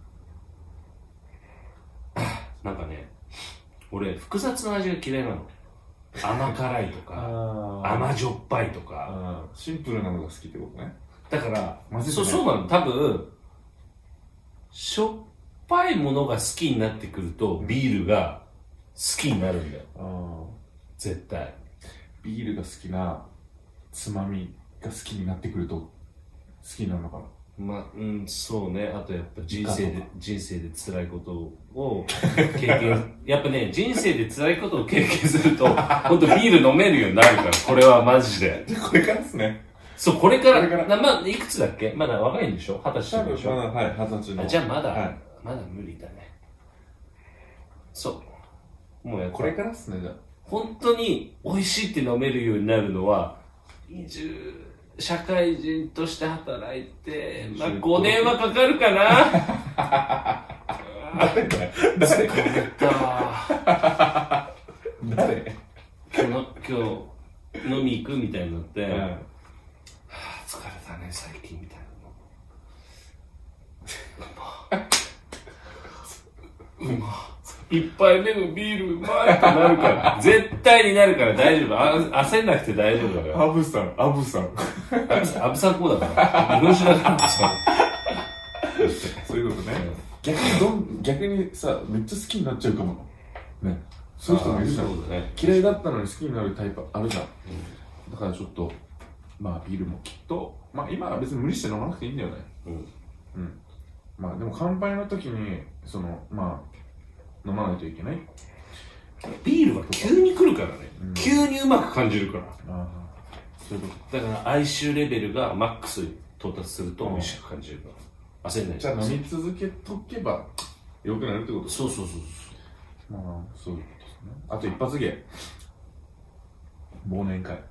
なんかね、俺複雑な味が嫌いなの。甘辛いとか甘じょっぱいとか、 シンプルなのが好きってことね。 だからそうそうなの。多分しょっぱいものが好きになってくるとビールが好きになるんだよ。あ、絶対。 ビールが好きなつまみが好きになってくると好きになるのかな。 まあ、うん、そうね。あとやっぱ人生で人生で辛いことを経験やっぱね、人生で辛いことを経験すると本当ビール飲めるようになるから、これはマジで。 これからですね。 そう、これから。これからな、まあ、いくつだっけ？まだ若いんでしょ？二十歳でしょ？ まだ、はい、二十歳の。 じゃあまだ、 はい、 まだ無理だね。そう。もうやっぱこれからっすね、じゃあ。 本当に美味しいって飲めるようになるのは、にじゅう社会人として働いて、まあごねんはかかるかな誰だよ誰疲れた誰今日の今日飲み行くみたいになって、うん、はあ、疲れたね最近みたいなうまいっぱい目のビールうまいってなるから絶対になるから大丈夫。あ焦んなくて大丈夫だよ。 アブさんアブさんアブさんこうだから日本酒だからさそういうことね、うん、逆にどん逆にさめっちゃ好きになっちゃうかもね。そういう人もいるじゃん、ね、嫌いだったのに好きになるタイプあるじゃん、うん、だからちょっとまあビールもきっとまあ今は別に無理して飲まなくていいんだよね。うん、うん、まあでも乾杯の時にそのまあ飲まないといけない。 ビールは急に来るからね、うん、急にうまく感じるから。あそういうことだから哀愁レベルがマックスに到達すると美味しく感じるから焦んない。 じゃあ飲み続けとけば良くなるってこと。 そうそうそうそう。 まあそういうことですね。あと一発芸忘年会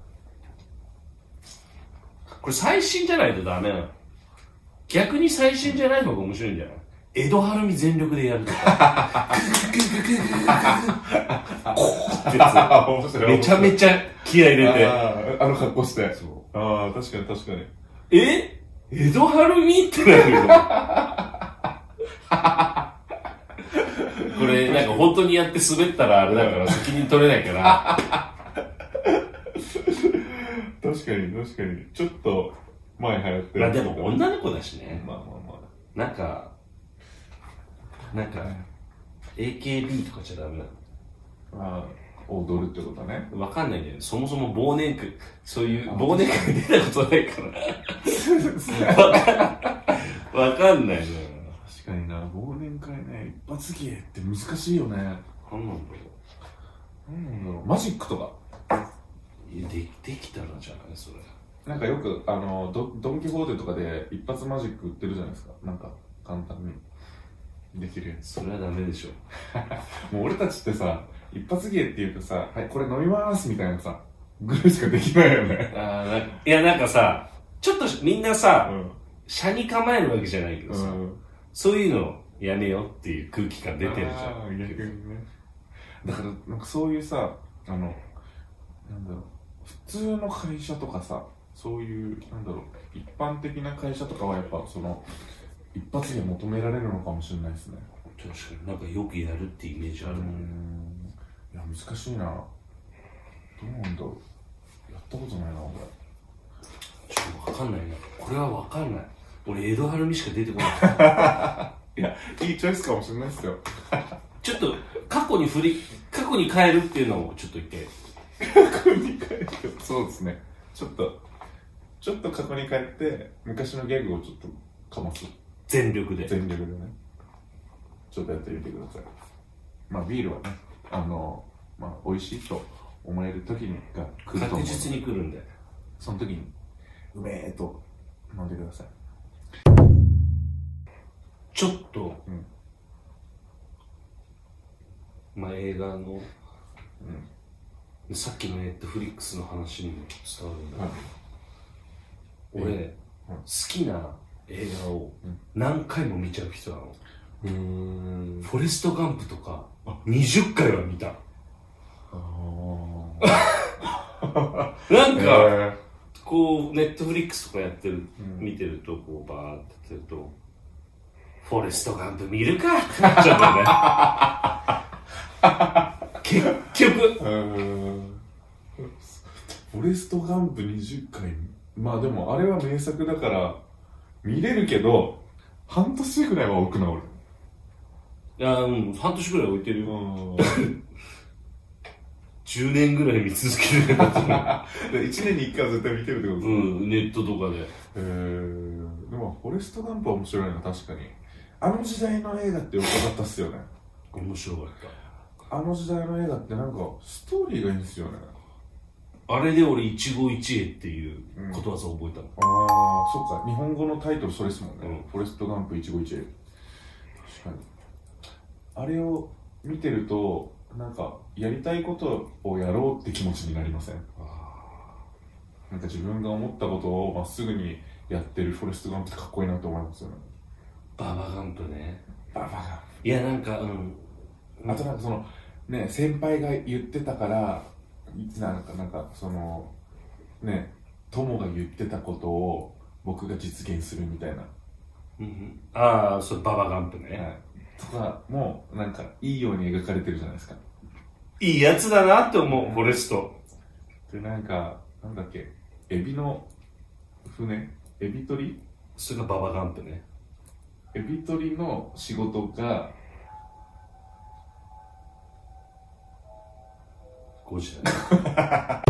これ最新じゃないとダメなの。逆に最新じゃない方が面白いんじゃない。江戸晴美全力でやるとかめちゃめちゃ気合い入れてあ, あの格好して。そうああ確かに確かに。 え江戸晴美ってなるよこれなんか本当にやって滑ったらあれだから責任取れないから確かに確かにちょっと前流行ってる。 まあでも女の子だしね。 まあまあまあなんかなんか エーケービー とかじゃダメなの。 ああ踊るってことね。 わかんないんだよね。そもそも忘年会そういう忘年会出たことないからわかんないね。 確かにな忘年会ね一発芸って難しいよね。なんなんだろうなんなんだろうマジックとかで, できたらじゃないそれ。 なんかよくあの ド, ドンキホーテとかで一発マジック売ってるじゃないですか。なんか簡単にできるやつ。 それはダメでしょもう俺たちってさ一発芸っていうとさはいこれ飲みますみたいなさぐらいしかできないよね。 あなんかいやなんかさちょっとみんなさ、うん、車に構えるわけじゃないけどさ、うん、そういうのやめようっていう空気感出てるじゃん。逆にね。 だからなんかそういうさあのなんだろう普通の会社とかさそういうなんだろう一般的な会社とかはやっぱその一発芸求められるのかもしれないですね。 確かになんかよくやるってイメージあるもん。 いや難しいな。どうなんだろうやったことないな俺。 ちょっと分かんないなこれは分かんない。俺江戸晴美しか出てこないいやいいチョイスかもしれないですよちょっと過去に振り過去に変えるっていうのをちょっと言って過去に変えるそうですね。ちょっとちょっと過去に変えて昔のギャグをちょっとかます全力で全力でねちょっとやってみてください。まあビールはねあのまあ美味しいと思える時にが来ると思う。 確実に来るんでその時にうめえと飲んでください。 ちょっと、うんまあ映画の、うん、さっきのネットフリックスの話にも伝わるんだけど、はい、俺、うん、好きな映画を何回も見ちゃう人なの。うーんフォレストガンプとかにじゅっかいは見た。あなんか、えー、こうネットフリックスとかやってる、うん、見てるとこうバーってやってるとフォレストガンプ見るかってなっちゃうんだよね結局フォレストガンプにじゅっかいまあでもあれは名作だから見れるけど半年ぐらいは置くな俺。 いやうん半年ぐらい置いてるよじゅうねんぐらい見続けるいちねんにいっかいは絶対見てるってことですか。 うんネットとかで。 えー、でもフォレストガンプは面白いな確かに。あの時代の映画って良かったっすよね。 面白かった。 あの時代の映画ってなんかストーリーがいいんですよね。 あれで俺一期一会っていうことわざ覚えたの、 うん、ああそっか日本語のタイトルそれですもんね、うん、フォレストガンプ一期一会。確かにあれを見てるとなんかやりたいことをやろうって気持ちになりません？あなんか自分が思ったことをまっすぐにやってるフォレストガンプってかっこいいなと思いますよね。 ババガンプね。 ババガンいやなんかうんあとなんかそのね先輩が言ってたからなんかなんかそのね友が言ってたことを僕が実現するみたいな、 うん、ああそれババガンプね、 はい、とかもなんかいいように描かれてるじゃないですか。 いいやつだなって思う、うん、フォレストでなんかなんだっけエビの船エビ取りそれがババガンプね。 エビ取りの仕事がゴジラ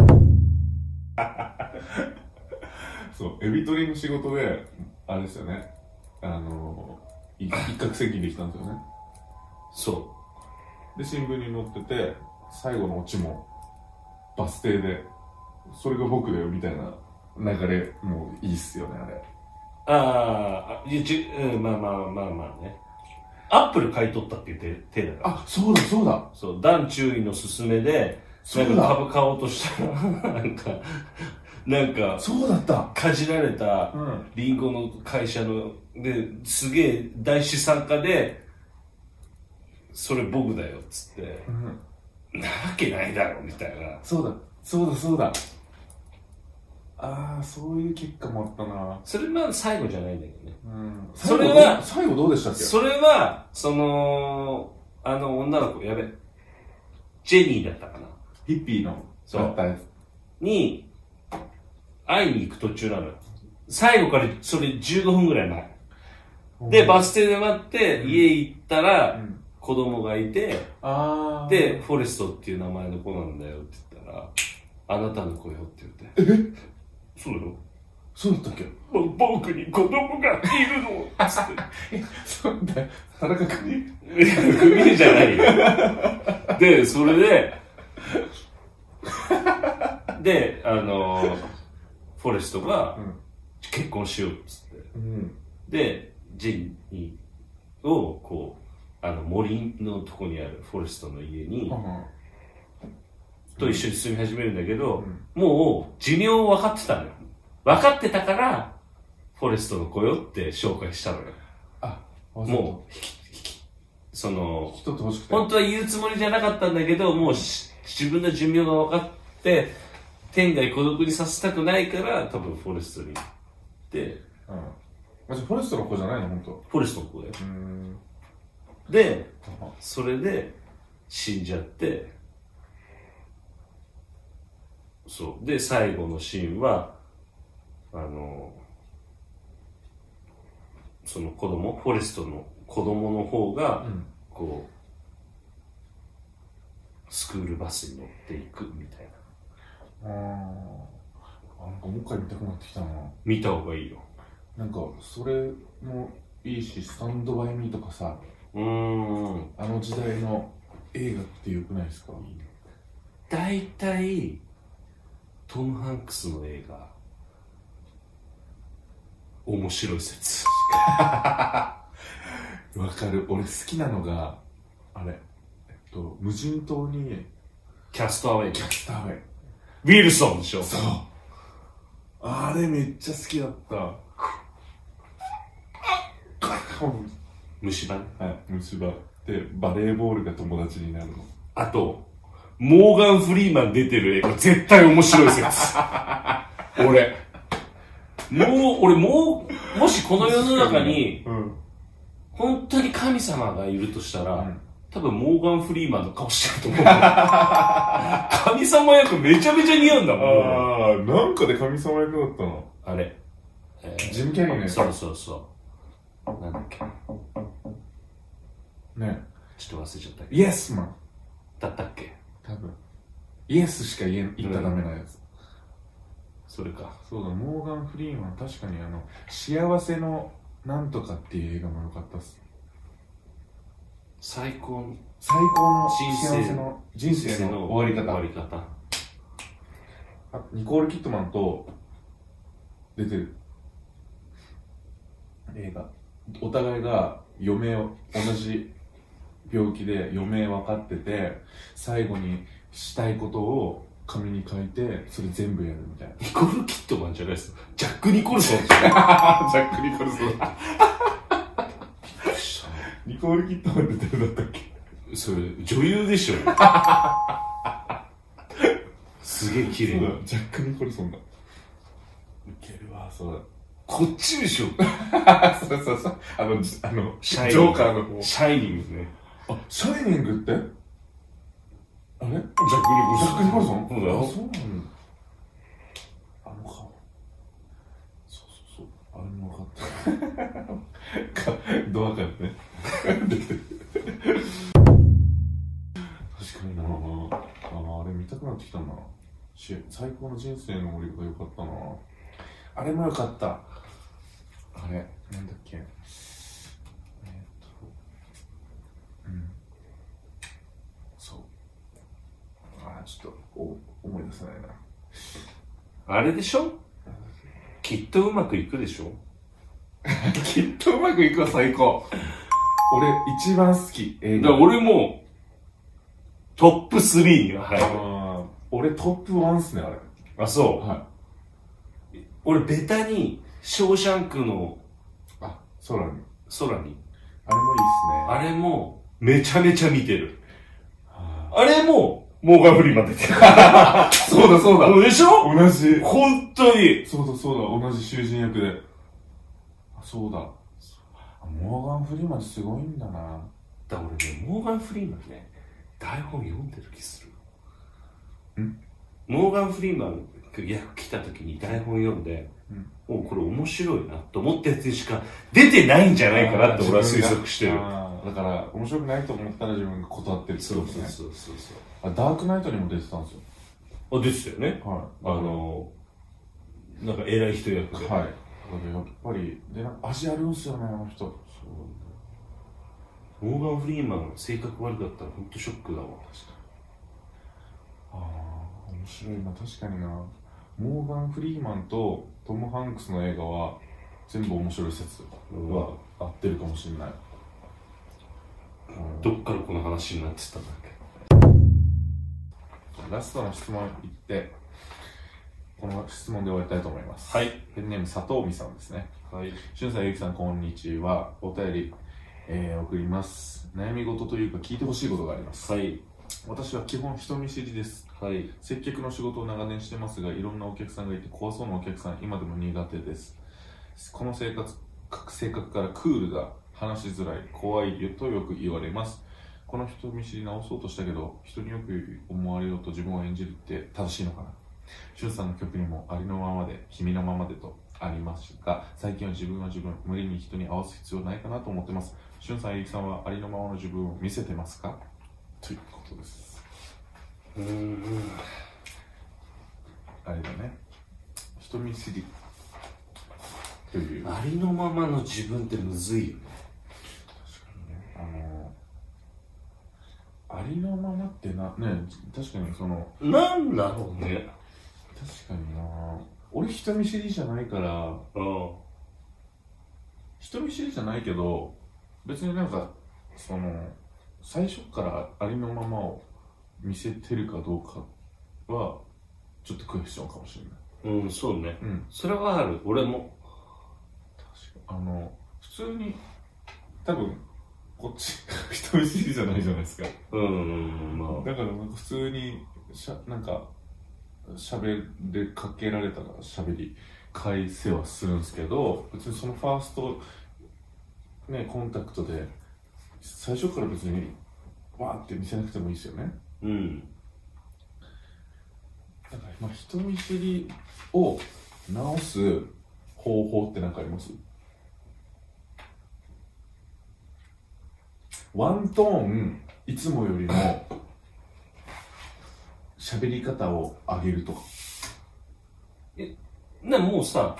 そうエビ取りの仕事であれですよね、あの一攫千金できたんですよね。 そうで新聞に載ってて最後のオチもバス停でそれが僕だよみたいな流れもいいっすよねあれ。 ああ、いやちうん、まあまあまあまあね。アップル買い取ったって言って手だから。 あ、そうだそうだ。 そう、ダン注意の勧めで、なんか株買おうとしたら、なんか、なんか、 そうだった。 かじられたリンゴの会社の、で、すげえ大資産家で、それ僕だよっつって、うん、なわけないだろみたいな。 そうだ、そうだそうだ。ああ、そういう結果もあったな。 それは最後じゃないんだけどね。 うん。 それは、 最後どうでしたっけ？ それは、その、あの女の子、やべ、ジェニーだったかな。 ヒッピーの、 そう。に、会いに行く途中なのよ。最後からそれじゅうごふんぐらい前。うん、で、バス停で待って、家行ったら、うん、子供がいて、あで、フォレストっていう名前の子なんだよって言ったら、あなたの子よって言って。 えそうだよ。 そうだったっけ？ 僕に子供がいるのつって。 そうだよ。田中君に君じゃないよ。で、それで、で、あの、フォレストが結婚しようっつって。うん、で、ジェニーをこう、あの森のとこにあるフォレストの家に、うんと一緒に住み始めるんだけど、うん、もう寿命分かってたのよ。分かってたから、フォレストの子よって紹介したのよ。 あ、 もう、その、 引き取ってほしくて。 本当は言うつもりじゃなかったんだけど、もう自分の寿命が分かって、天涯孤独にさせたくないから、多分フォレストに行って。 うん。まじフォレストの子じゃないの本当。 フォレストの子だよ。で、それで死んじゃって、そうで最後のシーンはあのその子供フォレストの子供の方が、うん、こうスクールバスに乗っていくみたいな。 ああ、なんかもう一回見たくなってきたな。 見た方がいいよ。 なんかそれもいいし、スタンドバイミーとかさ、 うーんあの時代の映画って良くないですか？ だいたいトム・ハンクスの映画面白い説わかる。俺好きなのがあれ、えっと無人島にキャストアウェイキャストアウェイウィルソンでしょ。 そう、あれめっちゃ好きだった。 虫歯ね。 はい、虫歯でバレーボールが友達になるの。 あとモーガン・フリーマン出てる映画絶対面白い説俺もう俺もうもしこの世の中に、うん、本当に神様がいるとしたら、うん、多分モーガン・フリーマンの顔してると思う神様役めちゃめちゃ似合うんだもん。 ああ、なんかで神様役だったのあれ、 えー、ジム・キャリーのやつ。 そうそうそうなんだっけね、 ちょっと忘れちゃったけど。 イエスマンだったっけ。 多分イエスしか言え言ったらダメなやつ、うん、 それか。 そうだ、モーガン・フリーマン確かにあの幸せのなんとかっていう映画も良かったっす。 最高最高の幸せの人生の終わり方。 終わり方。 あ、ニコール・キットマンと出てる映画。お互いが余命を同じ病気で余命分かってて、最後にしたいことを紙に書いてそれ全部やるみたいな。 ニコール・キットマンじゃないです。ジャック・ニコルソン。ジャック・ニコルソン。 ニコール・キッドマンって誰だったっけ？ それ女優でしょ。すげえ綺麗な。 ジャック・ニコルソンだ。ウケるわ、そうだ。 こっちでしょ。 そうそうそう。あの、あの、 シャイジョーカーの方。 シャイニングね。 あ、シャイニングってあれ？ジャック・ニコルソン。 ジャック・ニコルソン。 そうだよ。そうなんだ。あの顔。そうそうそう。あれも分かった。ドアからね。確かになぁ。あ、あれ見たくなってきたな。最高の人生の森が良かったな。あれも良かった。あれ、なんだっけ。えー、っと、うん。そう。あ、ちょっとお思い出せないな。 あれでしょ？きっとうまくいくでしょ？ きっとうまくいくは最高。俺一番好き。 映画。だから俺もトップスリーには入る。 あ、俺トップワンっすね、あれ。 あ、そう。 はい。 俺ベタにショーシャンクのあ、空に空にあれもいいっすね。 あれもめちゃめちゃ見てる。あれもモーガン・フリーマン出てる。 そうだそうだ。 でしょ？ 同じ。 本当に。 そうだそうだ、同じ囚人役で。あ、そうだ。モーガン・フリーマンすごいんだな。 だから俺ね、モーガン・フリーマンね、台本読んでる気する。ん？モーガン・フリーマンが役来た時に台本読んで、うん、おこれ面白いなと思ったやつにしか出てないんじゃないかなって俺は推測してる。 あ、だから面白くないと思ったら自分が断ってるってことね。 そうそうそうそう。 あ、ダークナイトにも出てたんですよ。 あ、出てたよね。 はい。 あのなんか偉い人役で。 はい。やっぱりでなんか味あるんすよね、あの人。そう。 モーガン・フリーマン性格悪かったら本当ショックだわ。確かに。 ああ、面白いな。確かにな。モーガン・フリーマンとトム・ハンクスの映画は全部面白い説は合ってるかもしれない。 うん、どっからこの話になってたんだっけ。 ラストの質問いってこの質問で終わりたいと思います。 はい。 ペンネーム佐藤美さんですね。 はい。 しゅんさん、ゆきさん、こんにちは。お便り、えー、送ります。悩み事というか聞いてほしいことがあります。 はい。 私は基本人見知りです。 はい。 接客の仕事を長年してますが、いろんなお客さんがいて怖そうなお客さん、今でも苦手です。この生活性格からクールだ、話しづらい、怖いとよく言われます。この人見知り直そうとしたけど、人によく思われようと自分を演じるって正しいのかな。しゅんさんの曲にもありのままで、君のままでとありますが、最近は自分は自分、無理に人に合わす必要ないかなと思ってます。しゅんさん、ゆきさんはありのままの自分を見せてますか？ということです。うーん、あれだね、人見知りというありのままの自分ってむずいよね。 確かにね、あのありのままってな、ね、確かにそのなんだろうね。 確かにな、俺人見知りじゃないから、 うん、 人見知りじゃないけど別になんかその最初からありのままを見せてるかどうかはちょっとクエスチョンかもしれない。 うん、そうね。 うん、それはある。俺も確かあの普通に多分こっち人見知りじゃないじゃないですか。 うん、うん、まあだからなんか普通にしゃなんか喋りかけられたら喋り返せはするんですけど、別にそのファーストねコンタクトで最初から別にわーって見せなくてもいいですよね。 うん。 だからまあ人見知りを直す方法って何かあります？ワントーンいつもよりも喋り方を上げるとか。 え、なもうさ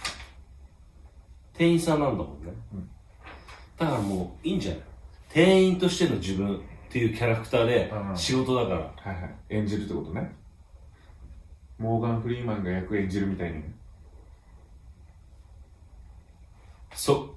店員さんなんだもんね。うん、だからもういいんじゃない？店員としての自分っていうキャラクターで仕事だから、 はいはい、演じるってことね。モーガン・フリーマンが役演じるみたいにね。 そ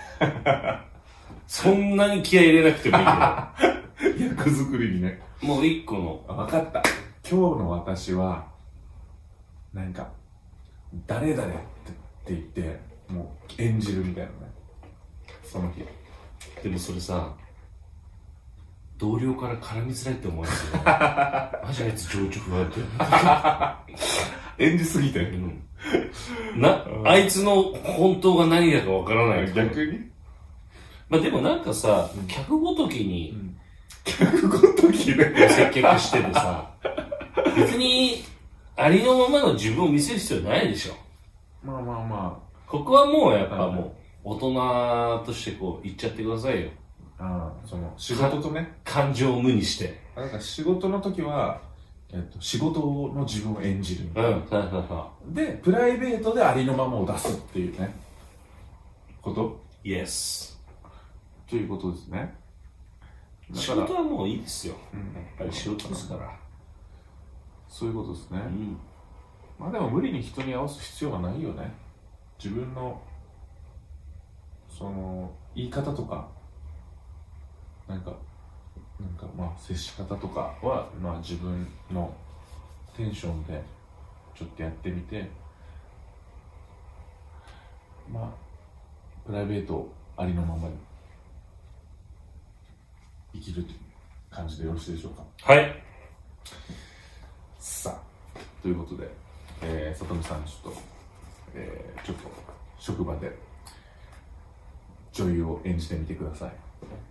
そんなに気合い入れなくてもいいけど役作りにね。 もう一個の分かった。今日の私はなんか誰々って言ってもう演じるみたいなね、その日。 でもそれさ、同僚から絡みづらいって思われてるよ。マジあいつ情緒不安って演じすぎて、 うん、な、あいつの本当が何だかわからない。 逆にまあでもなんかさ、うん、客ごときに、うん、 客ごときね接客しててさ、別にありのままの自分を見せる必要ないでしょ。 まあまあまあ、 ここはもうやっぱもう大人としてこう言っちゃってくださいよ。 ああ、その仕事とね、 感情を無にして。 なんか仕事の時は、えっと、仕事の自分を演じるみたいな。うん、はいはいはい。で、プライベートでありのままを出すっていうね、こと。 Yes。 ということですね。 仕事はもういいですよ。うん、やっぱり仕事ですから。 そういうことですね。うん、まあでも無理に人に合わす必要はないよね。自分の、その、言い方とか、なんか、なんかまあ接し方とかは、まあ自分のテンションでちょっとやってみて、まあ、プライベートありのままに生きるという感じでよろしいでしょうか。 はい。 さあ、ということで、えー、里見さんちょっと、えー、ちょっと職場で女優を演じてみてください。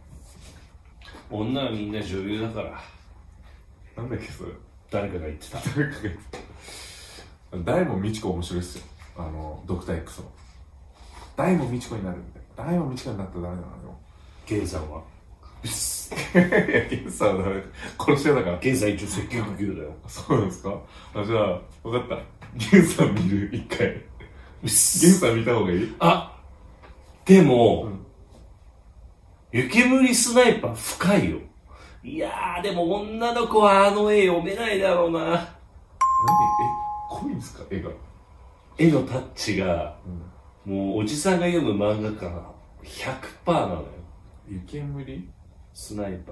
女はみんな女優だから。 なんだっけそれ。 誰かが言ってた。 誰かが言ってた。大門みちこ面白いっすよ。あの、ドクター X の。大門みちこになるんで。大門みちこになったらダメなのよ。 ゲンさんは。 いや、ゲンさんはダメ。殺し屋だから。 ゲンさん一応積極業だよ。 そうなんですか。あ、じゃあ、分かった。ゲンさん見る、一回。ゲンさん見た方がいい？ あ、でも、うん、湯煙スナイパー深いよ。いやー、でも女の子はあの絵読めないだろうな。 何？え、濃いんですか絵が。 絵のタッチが、うん、もうおじさんが読む漫画家 ひゃくパーセント なのよ。 湯煙スナイパー。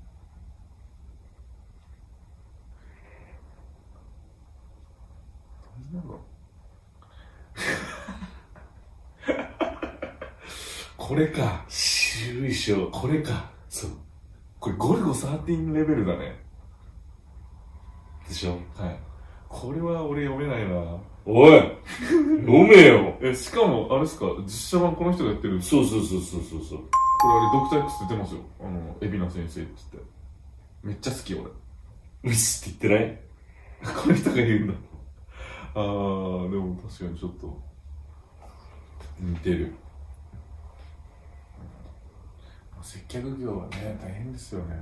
何だろうこれか。 渋いっしょ。 これか。 そう。 これゴルゴじゅうさんレベルだね。 でしょ。 はい。これは俺読めないな。 おい読めよ。 え、しかも、あれですか、実写版この人がやってるんですか？ そうそうそうそうそうそう。 これあれ、ドクター X って出てますよ。あの、海老名先生って言って。めっちゃ好き、俺。 うっすって言ってないこの人が言うんだ。あー、でも確かにちょっと、似てる。接客業はね、大変ですよね。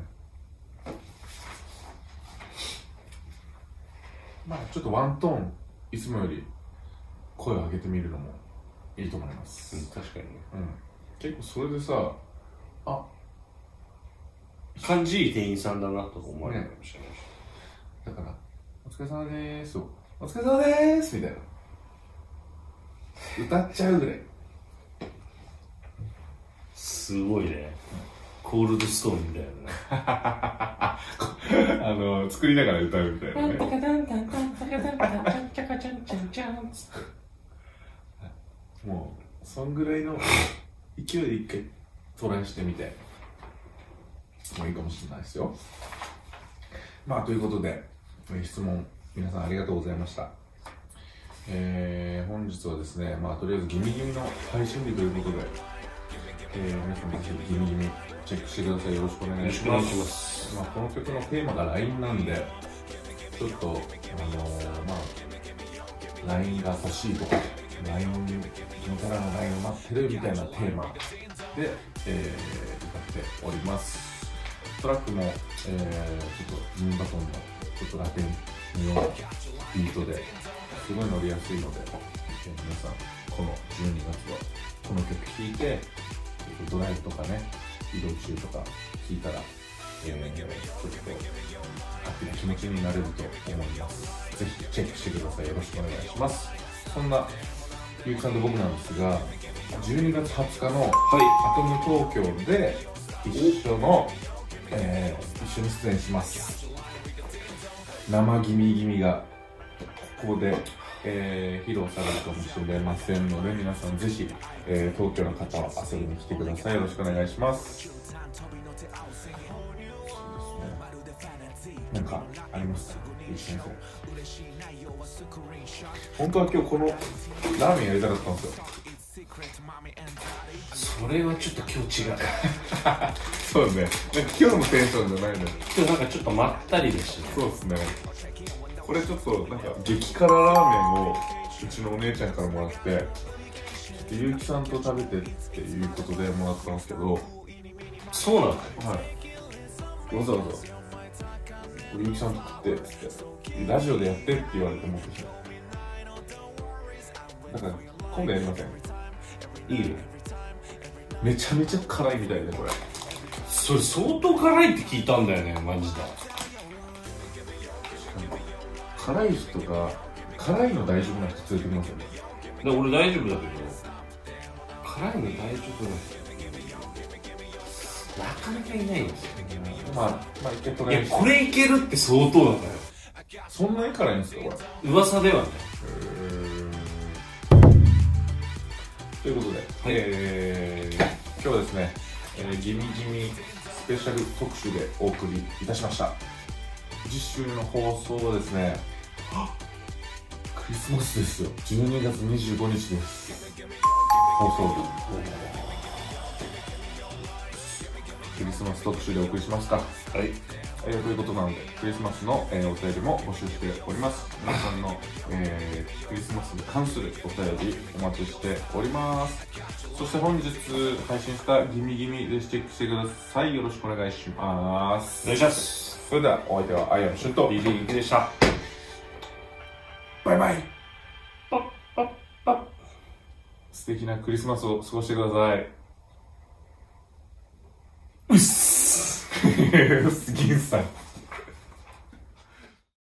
まあちょっとワントーンいつもより声を上げてみるのもいいと思います。 うん、確かにね。 うん。結構それでさ、あ、 感じいい店員さんだなとか思われるかもしれないし、ね。 だから、お疲れ様でーす。お疲れ様でーすみたいな。歌っちゃうぐらい。 すごいね。コールドストーンみたいなね。 あの、作りながら歌うみたいなね。もう、そんぐらいの勢いで一回トライしてみてもいいかもしれないですよ。まあ、ということで、質問、皆さんありがとうございました。えー、本日はですね、まあ、とりあえずギミギミの配信日ということで、えー、皆さんぜひギミギミチェックしてください。よろしくお願いします。まあ、この曲のテーマが ライン なんで、ちょっと、あのー、まあ、ライン が欲しいとか、ライン、君からの ライン を待ってるみたいなテーマで、えー、歌っております。トラックも、えー、ちょっとムーンバトンのちょっとラテンのようなビートですごい乗りやすいので、えー、皆さんこのじゅうにがつはこの曲聴いてドライブとかね、移動中とか聴いたら、えー、ちょっとハッピーな気持ちになれると思います。ぜひチェックしてください。よろしくお願いします。そんなゆうきさんと僕なんですが、じゅうにがつはつかの、はい、アトム東京で一緒の、えー、一緒に出演します。生ギミギミがここでえー、披露されるかもしれませんので、皆さんぜひ、えー、東京の方は遊びに来てください。よろしくお願いします。そうですね。なんかありますか、ゆうき先生。本当は今日このラーメンやりたかったんですよ。 それはちょっと今日違う。 そうですね。なんか今日のテンションじゃないの。 今日なんかちょっとまったりでしたね。 そうですね。これちょっとなんか激辛ラーメンをうちのお姉ちゃんからもらって、ゆうきさんと食べてっていうことでもらったんですけど。 そうなの？はい。 わざわざゆうきさんと食ってっつってラジオでやってって言われて持ってきた。だから今度やりません？ いいよ。 めちゃめちゃ辛いみたいで、これ。 それ相当辛いって聞いたんだよね、マジで。 辛い人が辛いの大丈夫な人連れてきますよね。 で俺大丈夫だけど、辛いの大丈夫な人なかなかいないんですよ。 まあまあいけといや、これいけるって相当なんだよ。 そんなに辛いんですか、これ。 噂ではね。 ということで、はい、えー、今日はですね、えー、ギミギミスペシャル特集でお送りいたしました。次週の放送はですね、クリスマスですよ。じゅうにがつにじゅうごにちです。放送日。クリスマス特集でお送りしますか。はい。えー、ということなので、クリスマスの、えー、お便りも募集しております。皆さんの、えー、クリスマスに関するお便りお待ちしております。そして本日配信したギミギミでチェックしてください。よろしくお願いします。 お願いします。 それではお相手はアイアムシュンとディージェー ゆきでした。 バイバイ。 パッパッパッ。 素敵なクリスマスを過ごしてください。 うっす銀さん。